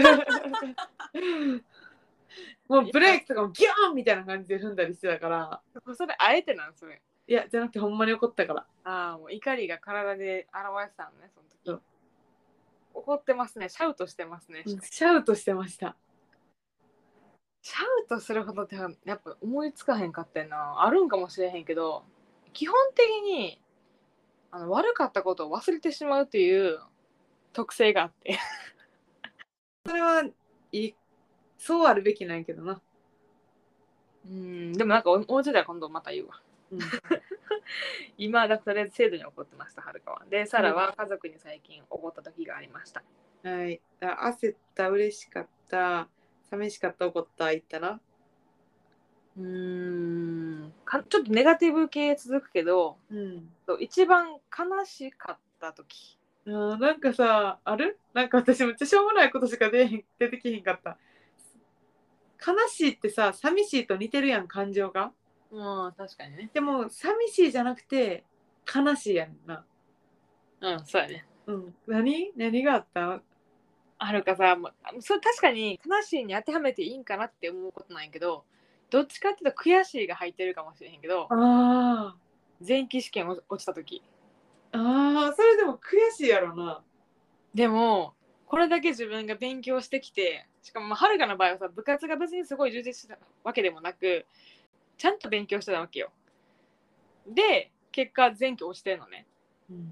もうブレーキとかもギューンみたいな感じで踏んだりしてたから。 それあえてなんそれ。 いやじゃなくてほんまに怒ったから。 ああもう怒りが体で表してたのねその時。 そう怒ってますねシャウトしてますね。 シャウトしてました。 シャウトすることってやっぱ思いつかへんかってんな。あるんかもしれへんけど基本的にあの悪かったことを忘れてしまうっていう特性があってそれはいいそうあるべきなんやけどな。 うんでもなんかお家では今度また言うわ、うん、今だとりあえず制度に怒ってましたはるかは。でサラは家族に最近怒った時がありました。 はい。焦った嬉しかった寂しかった怒った言ったな。 うーんかちょっとネガティブ系続くけど、 うん、 一番悲しかった時。 あなんかさあるなんか私めっちゃしょうもないことしか出へん出てきへんかった。悲しいってさ寂しいと似てるやん感情が。 まあ確かにね。 でも寂しいじゃなくて悲しいやんな。 うんそうやね。 うん何何があった？ はるかさそれ確かに悲しいに当てはめていいんかなって思うことなんやけどどっちかっていうと悔しいが入ってるかもしれへんけどあ前期試験落ちた時。 あそれでも悔しいやろな。 でもこれだけ自分が勉強してきてしかもはるかの場合はさ部活が別にすごい充実したわけでもなくちゃんと勉強してたわけよ。で結果前期落ちてるのね、 うん、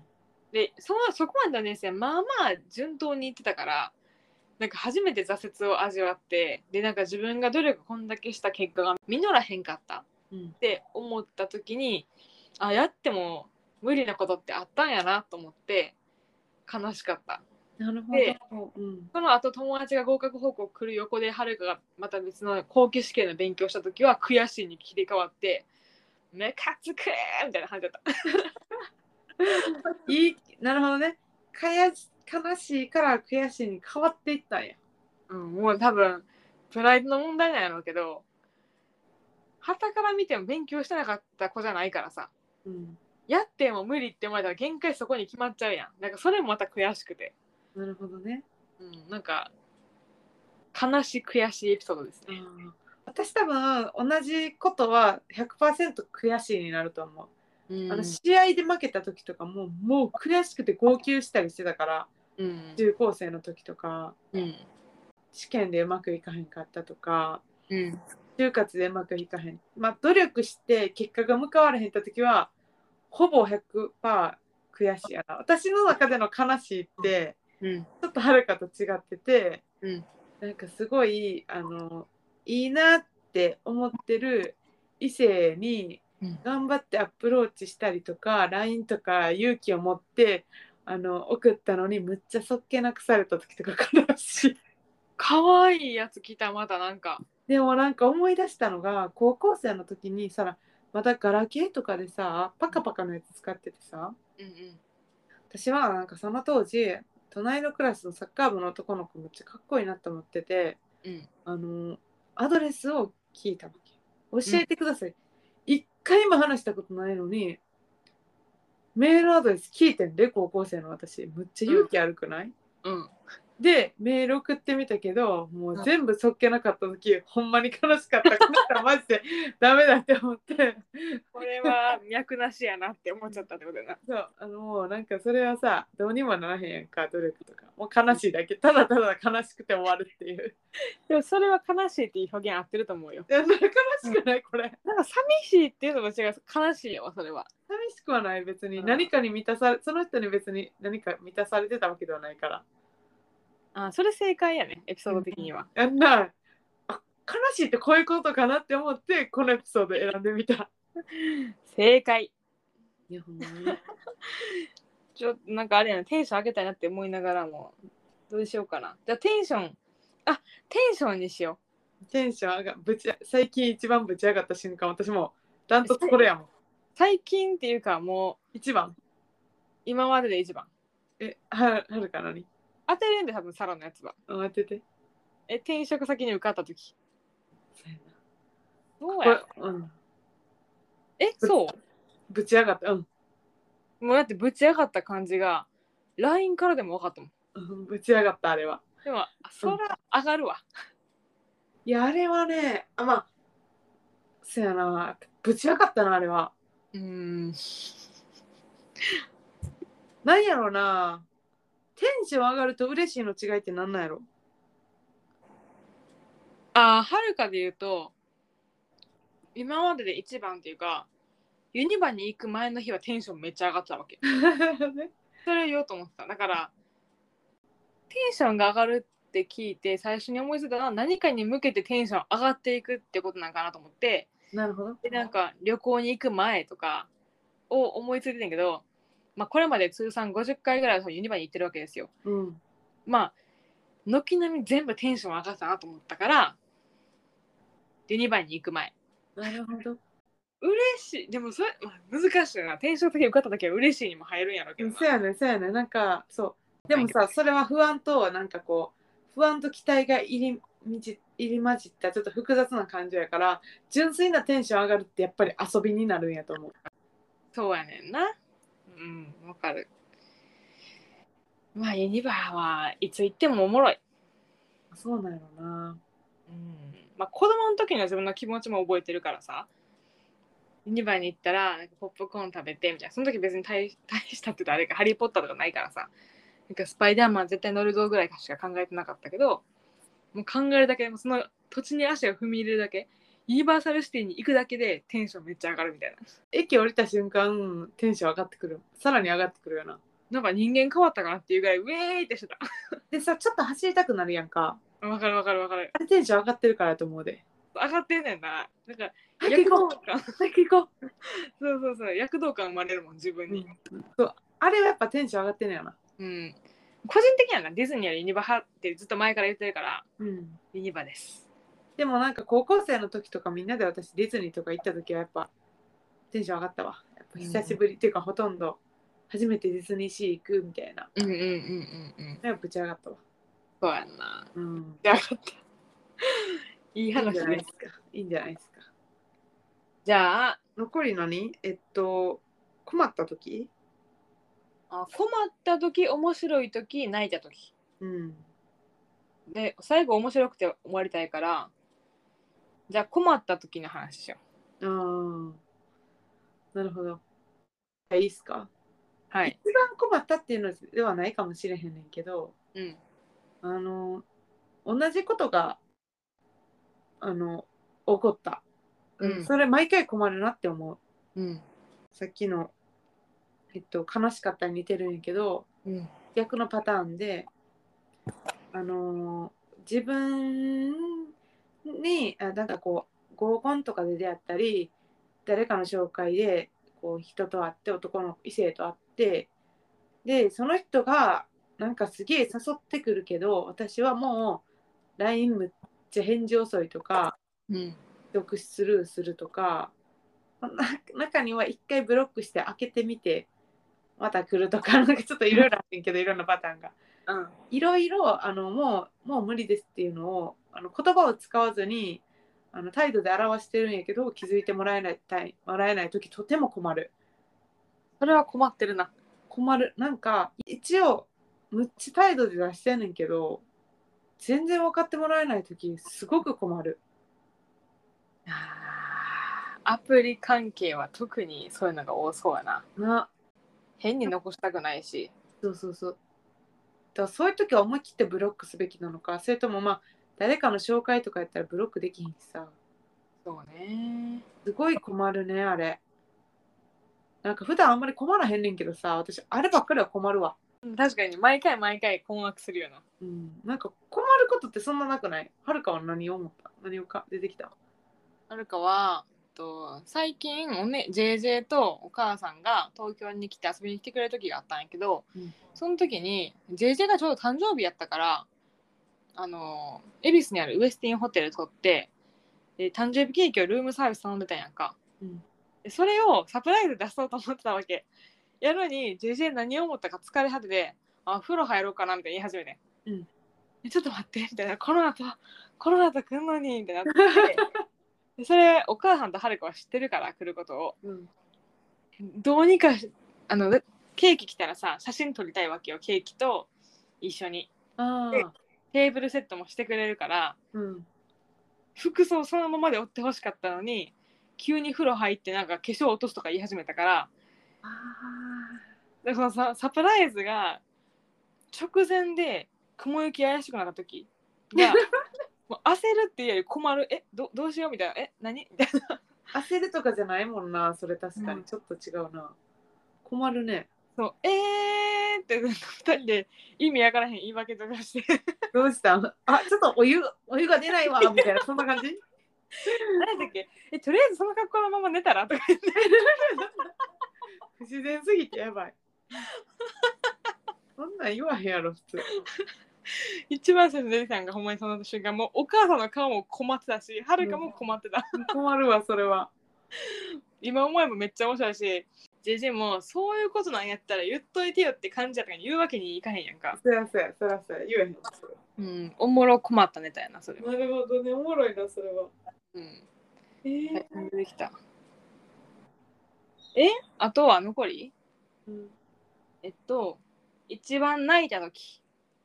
で、そのそこまでの年生まあまあ順当にいってたから、なんか初めて挫折を味わって、でなんか自分が努力こんだけした結果が実らへんかったって思った時に、あ、やっても無理なことってあったんやなと思って悲しかった。 なるほで、 ど。うん。 その後友達が合格報告来る横ではるかがまた別の後期試験の勉強した時は悔しいに切り替わって、ムカつくーみたいな感じだった。 いい、なるほどね。かや悲しいから悔しいに変わっていったんや。 うん、もう多分プライドの問題なんやろうけど、傍から見ても勉強してなかった子じゃないからさ、 うん。 やっても無理って思われたら限界そこに決まっちゃうやん。なんかそれもまた悔しくて、 なるほどね。 うん、なんか悲しい悔しいエピソードですね。 うん、私多分同じことは ひゃくパーセント 悔しいになると思う。 うん、 あの試合で負けた時とかももう悔しくて号泣したりしてたから、 うん、 中高生の時とか、 うん、 試験でうまくいかへんかったとか、 うん、 就活でうまくいかへん、まあ努力して結果が報われへんった時はほぼ ひゃくパーセント 悔しいやな。私の中での悲しいってうん、 ちょっとはるかと違ってて、 うん、 なんかすごいあのいいなって思ってる異性に頑張ってアプローチしたりとか ライン とか勇気を持ってあの送ったのにむっちゃそっけなくされた時とか悲しい。 かわいいやつ来た、またなんか。 でもなんか思い出したのが高校生の時にさ、またガラケーとかでさパカパカのやつ使っててさ、 うんうん、 私はなんかその当時隣のクラスのサッカー部の男の子めっちゃかっこいいなと思ってて、 うん、 あのアドレスを聞いたわけ。 うん、 教えてください。一回も話したことないのにメールアドレス聞いてんで、高校生の私むっちゃ勇気あるくない？ うん、 でメール送ってみたけどもう全部そっけなかった時ほんまに悲しかった。この人はマジでダメだって思ってこれは脈なしやなって思っちゃったってことやな。 そうあのもうなんかそれはさどうにもならへんやんか、努力とかもう悲しいだけ、ただただ悲しくて終わるっていう。 でもそれは悲しいっていう表現合ってると思うよ。 いや悲しくない、これなんか寂しいっていうのも違う、悲しいよそれは。 寂しくはない、別にうん、 何かに満たされその人に別に何か満たされてたわけではないから。 あ、それ正解やね、エピソード的には。 やんな、あ悲しいってこういうことかなって思ってこのエピソード選んでみた。 正解。 いやほんまにちょっとなんかあれやな、テンション上げたいなって思いながらもどうしようかな。じゃあテンション、あ、テンションにしよテンション上がぶち最近一番ぶち上がった瞬間、私もダンう。 トツこれやもん。 最近っていうかもう一番今までで一番。 えははるかなに当てれんで多分サラのやつは。 当てて。 え、転職先に受かった時。 そうやな、 そうや。 これうんえ、そうぶち上がった。うんもうだってぶち上がった感じが ライン からでも分かったもん。 うんぶち上がった、あれは。 でもそら上がるわ。 いやあれはね、あまあそうやな、ぶち上がったなあれは。 うーん。 なんやろな、テンション上がると嬉しいの違いってなんなんやろ。 あ、はるかで言うと今までで一番っていうかユニバに行く前の日はテンションめっちゃ上がってたわけ。 ねそれを言おうと思ってた。だからテンションが上がるって聞いて最初に思いついたのは何かに向けてテンション上がっていくってことなんかなと思って、 なるほど。 でなんか旅行に行く前とかを思いついてたんやけど、まあ、これまで通算ごじゅっかいぐらいユニバに行ってるわけですよ。 うん。 まあ軒並み全部テンション上がったなと思ったからユニバに行く前。 なるほど。 嬉しい。でもそれ、まあ、難しいな。テンション的に受かった時は嬉しいにも入るんやろうけどな。 そうやね、そうやね。なんか、そう。でもさ、それは不安と、なんかこう、不安と期待が入りみじ入り混じったちょっと複雑な感情やから、純粋なテンション上がるってやっぱり遊びになるんやと思う。 そうやねんな。うん、わかる。まあユニバはいつ行ってもおもろい。 そうなんやろな。 うん。まあ子供の時の自分の気持ちも覚えてるからさ。ユニバに行ったらなんかポップコーン食べてみたいな。その時別に大大したって言うとあれかハリーポッターとかないからさ。なんかスパイダーマン絶対乗るぞぐらいしか考えてなかったけど、もう考えるだけでもその土地に足を踏み入れるだけ、ユニバーサルシティに行くだけでテンションめっちゃ上がるみたいな。 駅降りた瞬間、テンション上がってくる。さらに上がってくるよな。 なんか人間変わったかなっていうぐらいウェーイってしてた。 でさ、ちょっと走りたくなるやんか。 わかるわかるわかる。 あれテンション上がってるからと思うで。 上がってんねんな。なんか早く躍動行こう感。 早く行こう、 そうそうそう、躍動感生まれるもん自分に。 うん、そうあれはやっぱテンション上がってんのよな。 うん。個人的にはなディズニーよりユニバ派ってずっと前から言ってるから、 うん、 ユニバです。 でもなんか高校生の時とかみんなで私ディズニーとか行った時はやっぱテンション上がったわ。やっぱ久しぶり、っていうかほとんど初めてディズニーシー行くみたいな。 うんうんうんうんうん。 やっぱぶち上がったわ。 そうやんな。 うん。 じゃあ分かった。いいいいん話で。 じゃないですすか。いいんじゃないですか。 じゃあ、 残り何えっと、困った時あ困った時、面白い時、泣いた時。 うん。 で、最後面白くて終わりたいから、じゃあ困った時の話しよああ、なるほど。いいっすか。 う。は一い。 番困ったっていうのではないかもしれへんねんけど、 うん。 あの、同じことが、あの、起こった。うん、 うん。 それ毎回困るなって思う。 うん。 さっきの、えっと、悲しかったに似てるんやけど、 うん。 逆のパターンで、あの自分に、あなんかこう、合コンとかで出会ったり、誰かの紹介で、こう、人と会って、男の異性と会って、で、その人が、なんかすげえ誘ってくるけど、私はもう、ライン むっちゃ返事遅いとか、 うん。 読スルーするとか、な中には一回ブロックして開けてみて、また来るとか、なんかちょっといろいろあってんけど、いろんなパターンが。 うん。 いろいろあのもうもう無理ですっていうのをあの言葉を使わずにあの態度で表してるんやけど気づいてもらえないもらえない時とても困る。 それは困ってるな。 困る。なんか一応むっちゃ態度で出してんねんけど全然分かってもらえない時すごく困る。 あーアプリ関係は特にそういうのが多そうやな。 な、 変に残したくないし。 そうそうそう。だからそういう時は思い切ってブロックすべきなのか、それともまあ誰かの紹介とかやったらブロックできひんしさ。 そうね。 すごい困るねあれ。なんか普段あんまり困らへんねんけどさ、私あればっかりは困るわ。 確かに毎回毎回困惑するよな。 うん、なんか困ることってそんななくない？はるかは何を思った？何をか出てきた？ はるかはと最近お、ね、ジェージェー とお母さんが東京に来て遊びに来てくれる時があったんやけど、 うん、 その時に ジェージェー がちょうど誕生日やったからあの恵比寿にあるウエスティンホテル取ってで誕生日ケーキをルームサービス頼んでたんやんか。 うん、 でそれをサプライズで出そうと思ってたわけやのに ジェージェー 何を思ったか疲れ果ててあ風呂入ろうかなみたいに言い始めて、 うん、 ちょっと待ってみたいなこの後この後来んのにみたいなってでそれお母さんとはるかは知ってるから来ることをうん、 どうにかあのケーキ来たらさ写真撮りたいわけよケーキと一緒にでああ、 テーブルセットもしてくれるからうん、 服装そのままで追ってほしかったのに急に風呂入ってなんか化粧落とすとか言い始めたからああ、 でそのさサプライズが直前で雲行き怪しくなった時がもう焦るっていうより困るえ ど, どうしようみたいなえ何みたいな焦るとかじゃないもんな、それ確かうんにちょっと違うな。困るね。 そうえーってふたりで意味わからへん言い訳とかしてどうしたん？あ、ちょっとお湯、お湯が出ないわ、みたいな、そんな感じ？ 何だっけえとりあえずその格好のまま寝たらとか言って不自然すぎてやばい。そんなん言わへんやろ、普通。 一番最初に出てきたのがほんまにその瞬間もうお母さんの顔も困ってたしはるかも困ってた、 うん、困るわ、それは。 今思えばめっちゃ面白いし ジェージェー もそういうことなんやったら言っといてよって感じやったから言うわけにいかへんやんか。 そやそや、そらそや、言えへん。 うん、おもろ困ったネタやなそれは。 なるほどね、おもろいな、それは。 うん。 えーはいできた。えあとは残りうん、 えっと一番泣いた時。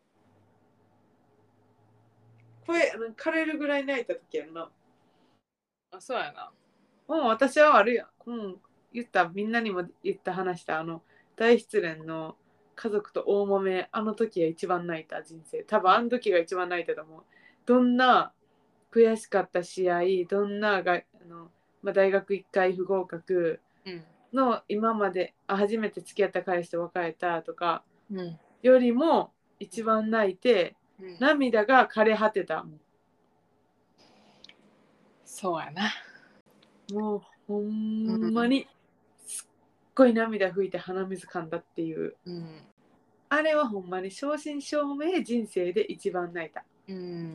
声枯れるぐらい泣いた時やんな。 あそうやな。 もう私はあるやん。うん、言った、みんなにも言った話した、あの、大失恋の家族と大揉め、あの時が一番泣いた人生。多分あの時が一番泣いたと思う。どんな悔しかった試合、どんながあの、まあ、大学いっかい不合格、 うんの今まであ初めて付き合った彼氏と別れたとかうんよりも一番泣いて、 うん、 涙が枯れ果てた。 そうやな。 もうほんまにすっごい涙拭いて鼻水かんだっていう、 うん、 あれはほんまに正真正銘人生で一番泣いた。 うん、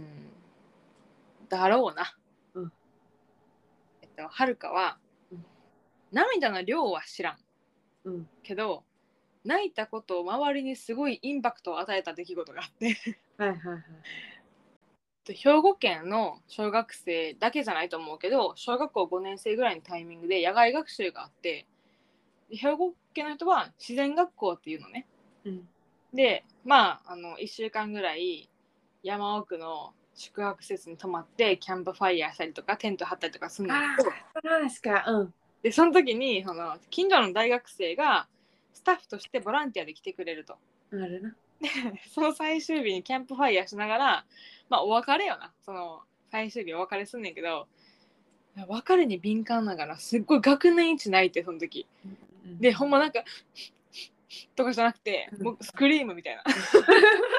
だろうな。 うん、 えっとはるかは、 うん、 涙の量は知らんうん、 けど、泣いたことを周りにすごいインパクトを与えた出来事があってはいはいはい。 兵庫県の小学生だけじゃないと思うけど、小学校ごねん生ぐらいのタイミングで野外学習があって、兵庫県の人は自然学校っていうのね。 うん、 でまああのいっしゅうかんぐらい山奥の宿泊施設に泊まってキャンプファイヤーしたりとかテント張ったりとかするんだあけど、 あ、その話か。うん。 でその時にその近所の大学生がスタッフとしてボランティアで来てくれると。 あるな。 その最終日にキャンプファイヤーしながら、まあお別れよな、その最終日お別れすんねんけど、別れに敏感ながらすっごい学年一泣いて、その時でほんまなんかとかじゃなくて、もうスクリームみたいなスクリー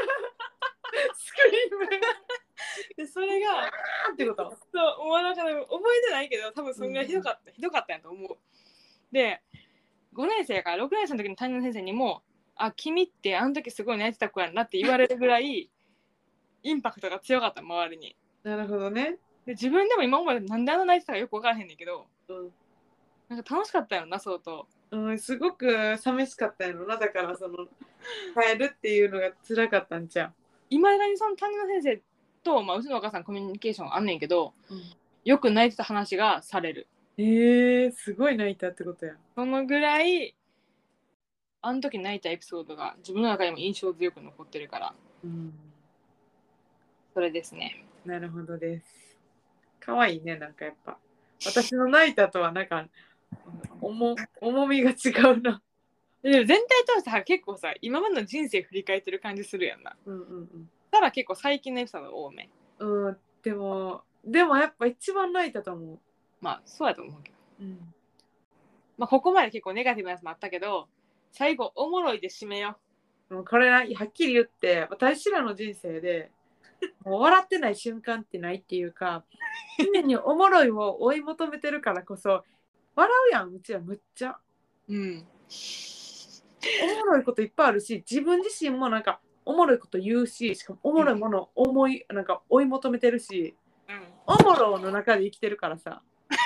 ムでそれがってこと。 そうもうなんか覚えてないけど、多分そんぐらいひどかった、うん、ひどかったんやと思う。でごねん生からろくねん生の時に担任の先生にも、あ君ってあの時すごい泣いてた子やんなって言われるぐらいインパクトが強かった、周りに。 なるほどね。 で自分でも今までなんであんな泣いてたかよく分からへんねんけど、 うん、 なんか楽しかったよな、相当。 うん、すごく寂しかったやろな。だからその帰るっていうのが辛かったんちゃう。 今だにその担任の先生と、まあ、うちのお母さんコミュニケーションあんねんけど、 うん、 よく泣いてた話がされる。 えー、すごい泣いたってことや。 そのぐらいあの時泣いたエピソードが自分の中にも印象強く残ってるから、 うん、 それですね。 なるほどです。かわいいね、なんかやっぱ私の泣いたとはなんか重重みが違うな。 で全体通して結構さ、今までの人生振り返ってる感じするやんな。 うんうんうん。 ただ結構最近のエピソード多め。 うん、でもでもやっぱ一番泣いたと思う。 まあそうやと思うけど、 うん、 まあここまで結構ネガティブなやつもあったけど、最後おもろいで締めよもうこれはっきり言って私らの人生でもう笑ってない瞬間ってないっていうか、常におもろいを追い求めてるからこそ笑うやん、うちはむっちゃ。 う。うん。 おもろいこといっぱいあるし、自分自身もなんかおもろいこと言うし、しかもおもろいものを思い、なんか追い求めてるし、 うん、 おもろの中で生きてるからさ。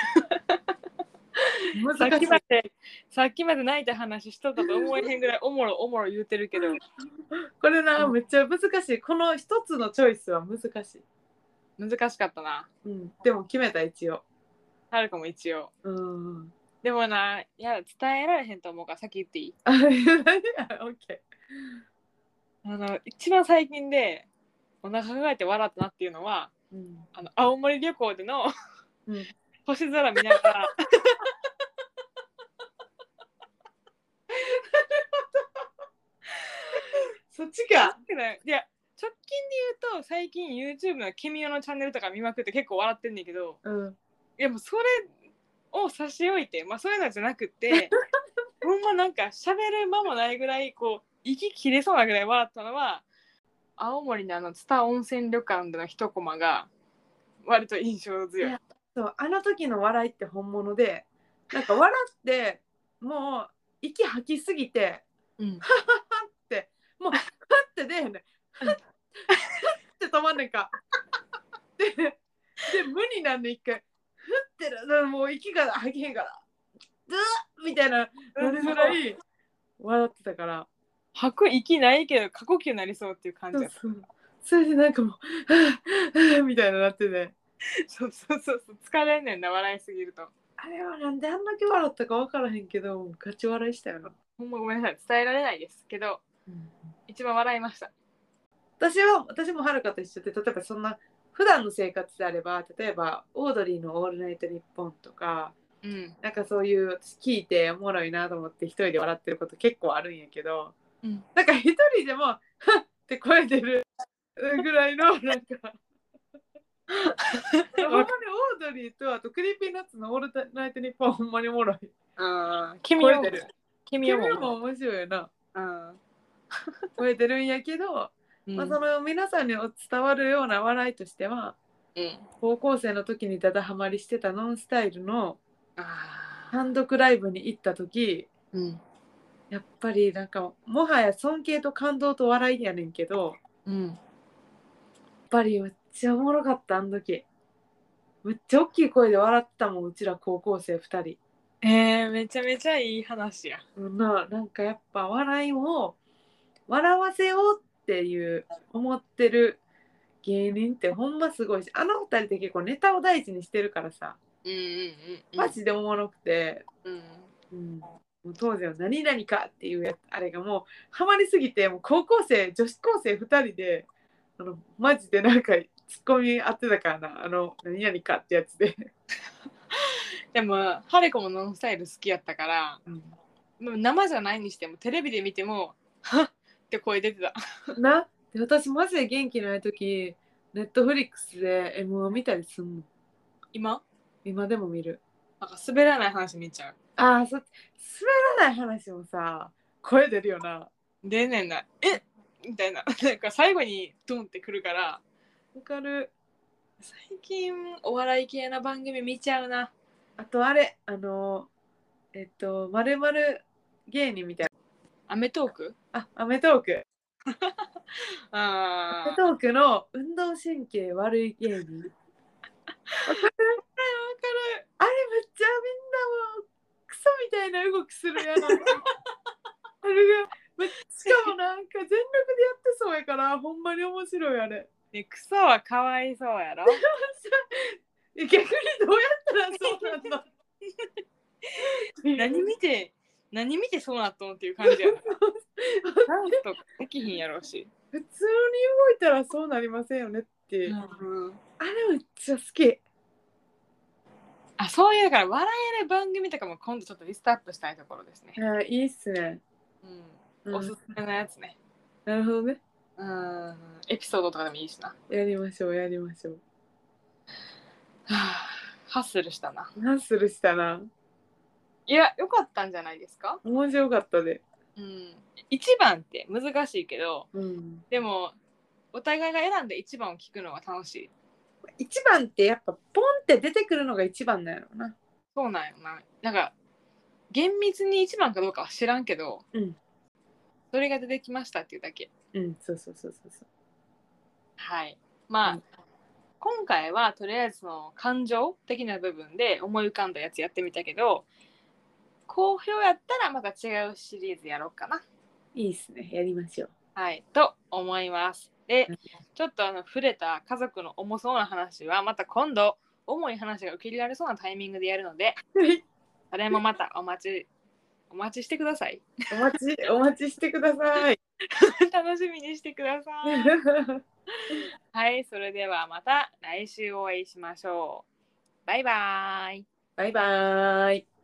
難しい。 さっきまでさっきまで泣いた話しとったと思えへんぐらいおもろおもろ言うてるけど、 これな、めっちゃ難しい。この一つのチョイスは難しい。 難しかったな。 うん、でも決めた一応。 はるかも一応。 うん。 でもな、いや伝えられへんと思うから先言っていい？ あ、何や、オッケあの一番最近でお腹抱えて笑ったなっていうのは、 ー。うん、 あの青森旅行での、 うん、 星空見ながらそっちか。 いや直近で言うと最近 YouTube のケミオのチャンネルとか見まくって結構笑ってんねんけど、 うん、 いやもうそれを差し置いて、まあそういうのじゃなくてほんまなんか喋る間もないぐらいこう息切れそうなぐらい笑ったのは、青森のあの津田温泉旅館での一コマが割と印象強い。 いや、そう、あの時の笑いって本物で、なんか笑ってもう息吐きすぎて、 うん、 はははってもうはって出へんねん。はって止まんねんか。で、で無になんねん一回。ふってる、もう息が吐けへんから。ずっみたいななるぐらい笑ってたから。 吐く息ないけど過呼吸になりそうっていう感じだった。 そうそう。それでなんかもう、はぁはぁみたいななってて。 そうそうそうそう、疲れんねんな、笑いすぎると。 あれはなんであんだけ笑ったか分からへんけど、ガチ笑いしたよな。 ほんまごめんなさい、伝えられないですけど、うん、一番笑いました。 私は、私もはるかと一緒で、例えばそんな普段の生活であれば、例えばオードリーのオールナイトニッポンとか、うん、なんかそういう聞いておもろいなと思って一人で笑ってること結構あるんやけど、うん、なんか一人でもはっって声出るぐらいのなんかほんまにオードリーとあとクリーピーナッツのオールナイトニッポンほんまにおもろい。 うん、君を超えてる。 君を君もも面白いよな。 うん超えてるんやけど、 うんまあ、その皆さんに伝わるような笑いとしては、 うん高校生の時にダダハマりしてたノンスタイルのあ単独ライブに行った時、 ーうんやっぱりなんかもはや尊敬と感動と笑いやねんけど、 うんやっぱりめっちゃおもろかった、あの時。めっちゃ大きい声で笑ってたもん、うちら高校生ふたり。 えー、めちゃめちゃいい話や。 な、なんかやっぱ笑いを笑わせようっていう思ってる芸人ってほんますごいし、あのふたりって結構ネタを大事にしてるからさ、 うんうんうんうんマジでおもろくて、 うんうん、もう当時は何々かっていうやつあれがもうハマりすぎて、もう高校生女子高生ふたりであのマジでなんかツッコミ合ってたからな、あの何々かってやつで、 でもハルコもノンスタイル好きやったから、 うん、 もう生じゃないにしてもテレビで見てもはっって声出てた。 なで私マジで元気ない時ネットフリックスで エムワン 見たりすんの。 今今でも見る。 なんか滑らない話見ちゃう。 ああ、そ滑らない話もさ声出るよな。 出ねんな。えみたいな。なんか最後にドンってくるから、 わかる。 最近お笑い系の番組見ちゃうな。 あとあれあのえっとまるまる芸人みたいアメトークな、あアメトークアメあー。 トークの運動神経悪い芸人、わかる。 わかる。 あれめっちゃみんなもうクソみたいな動きするやん。あれがめっしかもなんか全力でやってそうやからほんまに面白いあれ。 ね、クソはかわいそうやろ。 逆にどうやったらそうなんの何見て何見てそうなっとんっていう感じやな。ダンスとかできひんやろうし。 普通に動いたらそうなりませんよねって、 うん、 あれめっちゃ好き。 あ、そういうだから笑える番組とかも今度ちょっとリストアップしたいところですね。 あいいっすね、 うん、おすすめのやつね。 なるほどね。 うん、エピソードとかでもいいしな。 やりましょうやりましょう。 はあ、ハッスルしたな。 ハッスルしたな。 いや、よかったんじゃないですか。 面白かったで。 うん、いちばんって難しいけど、 うん、 でもお互いが選んでいちばんを聞くのが楽しい。 一番ってやっぱポンって出てくるのが一番なんやろうな。 そうなんよな。なんか厳密にいちばんかどうかは知らんけど、 うん、 それが出てきましたっていうだけ。 うん、そうそうそうそうそう。 はい。まあ、 うん、 今回はとりあえずその感情的な部分で思い浮かんだやつやってみたけど、好評やったらまた違うシリーズやろうかな。 いいっすね、やりましょう。 はいと思います。でうん、 ちょっとあの触れた家族の重そうな話はまた今度重い話が受け入れられそうなタイミングでやるので、それもまたお待ちお待ちしてください。 お待ちお待ちしてください。 楽しみにしてください。はい、それではまた来週お会いしましょう。バイバーイ。 バイバーイ。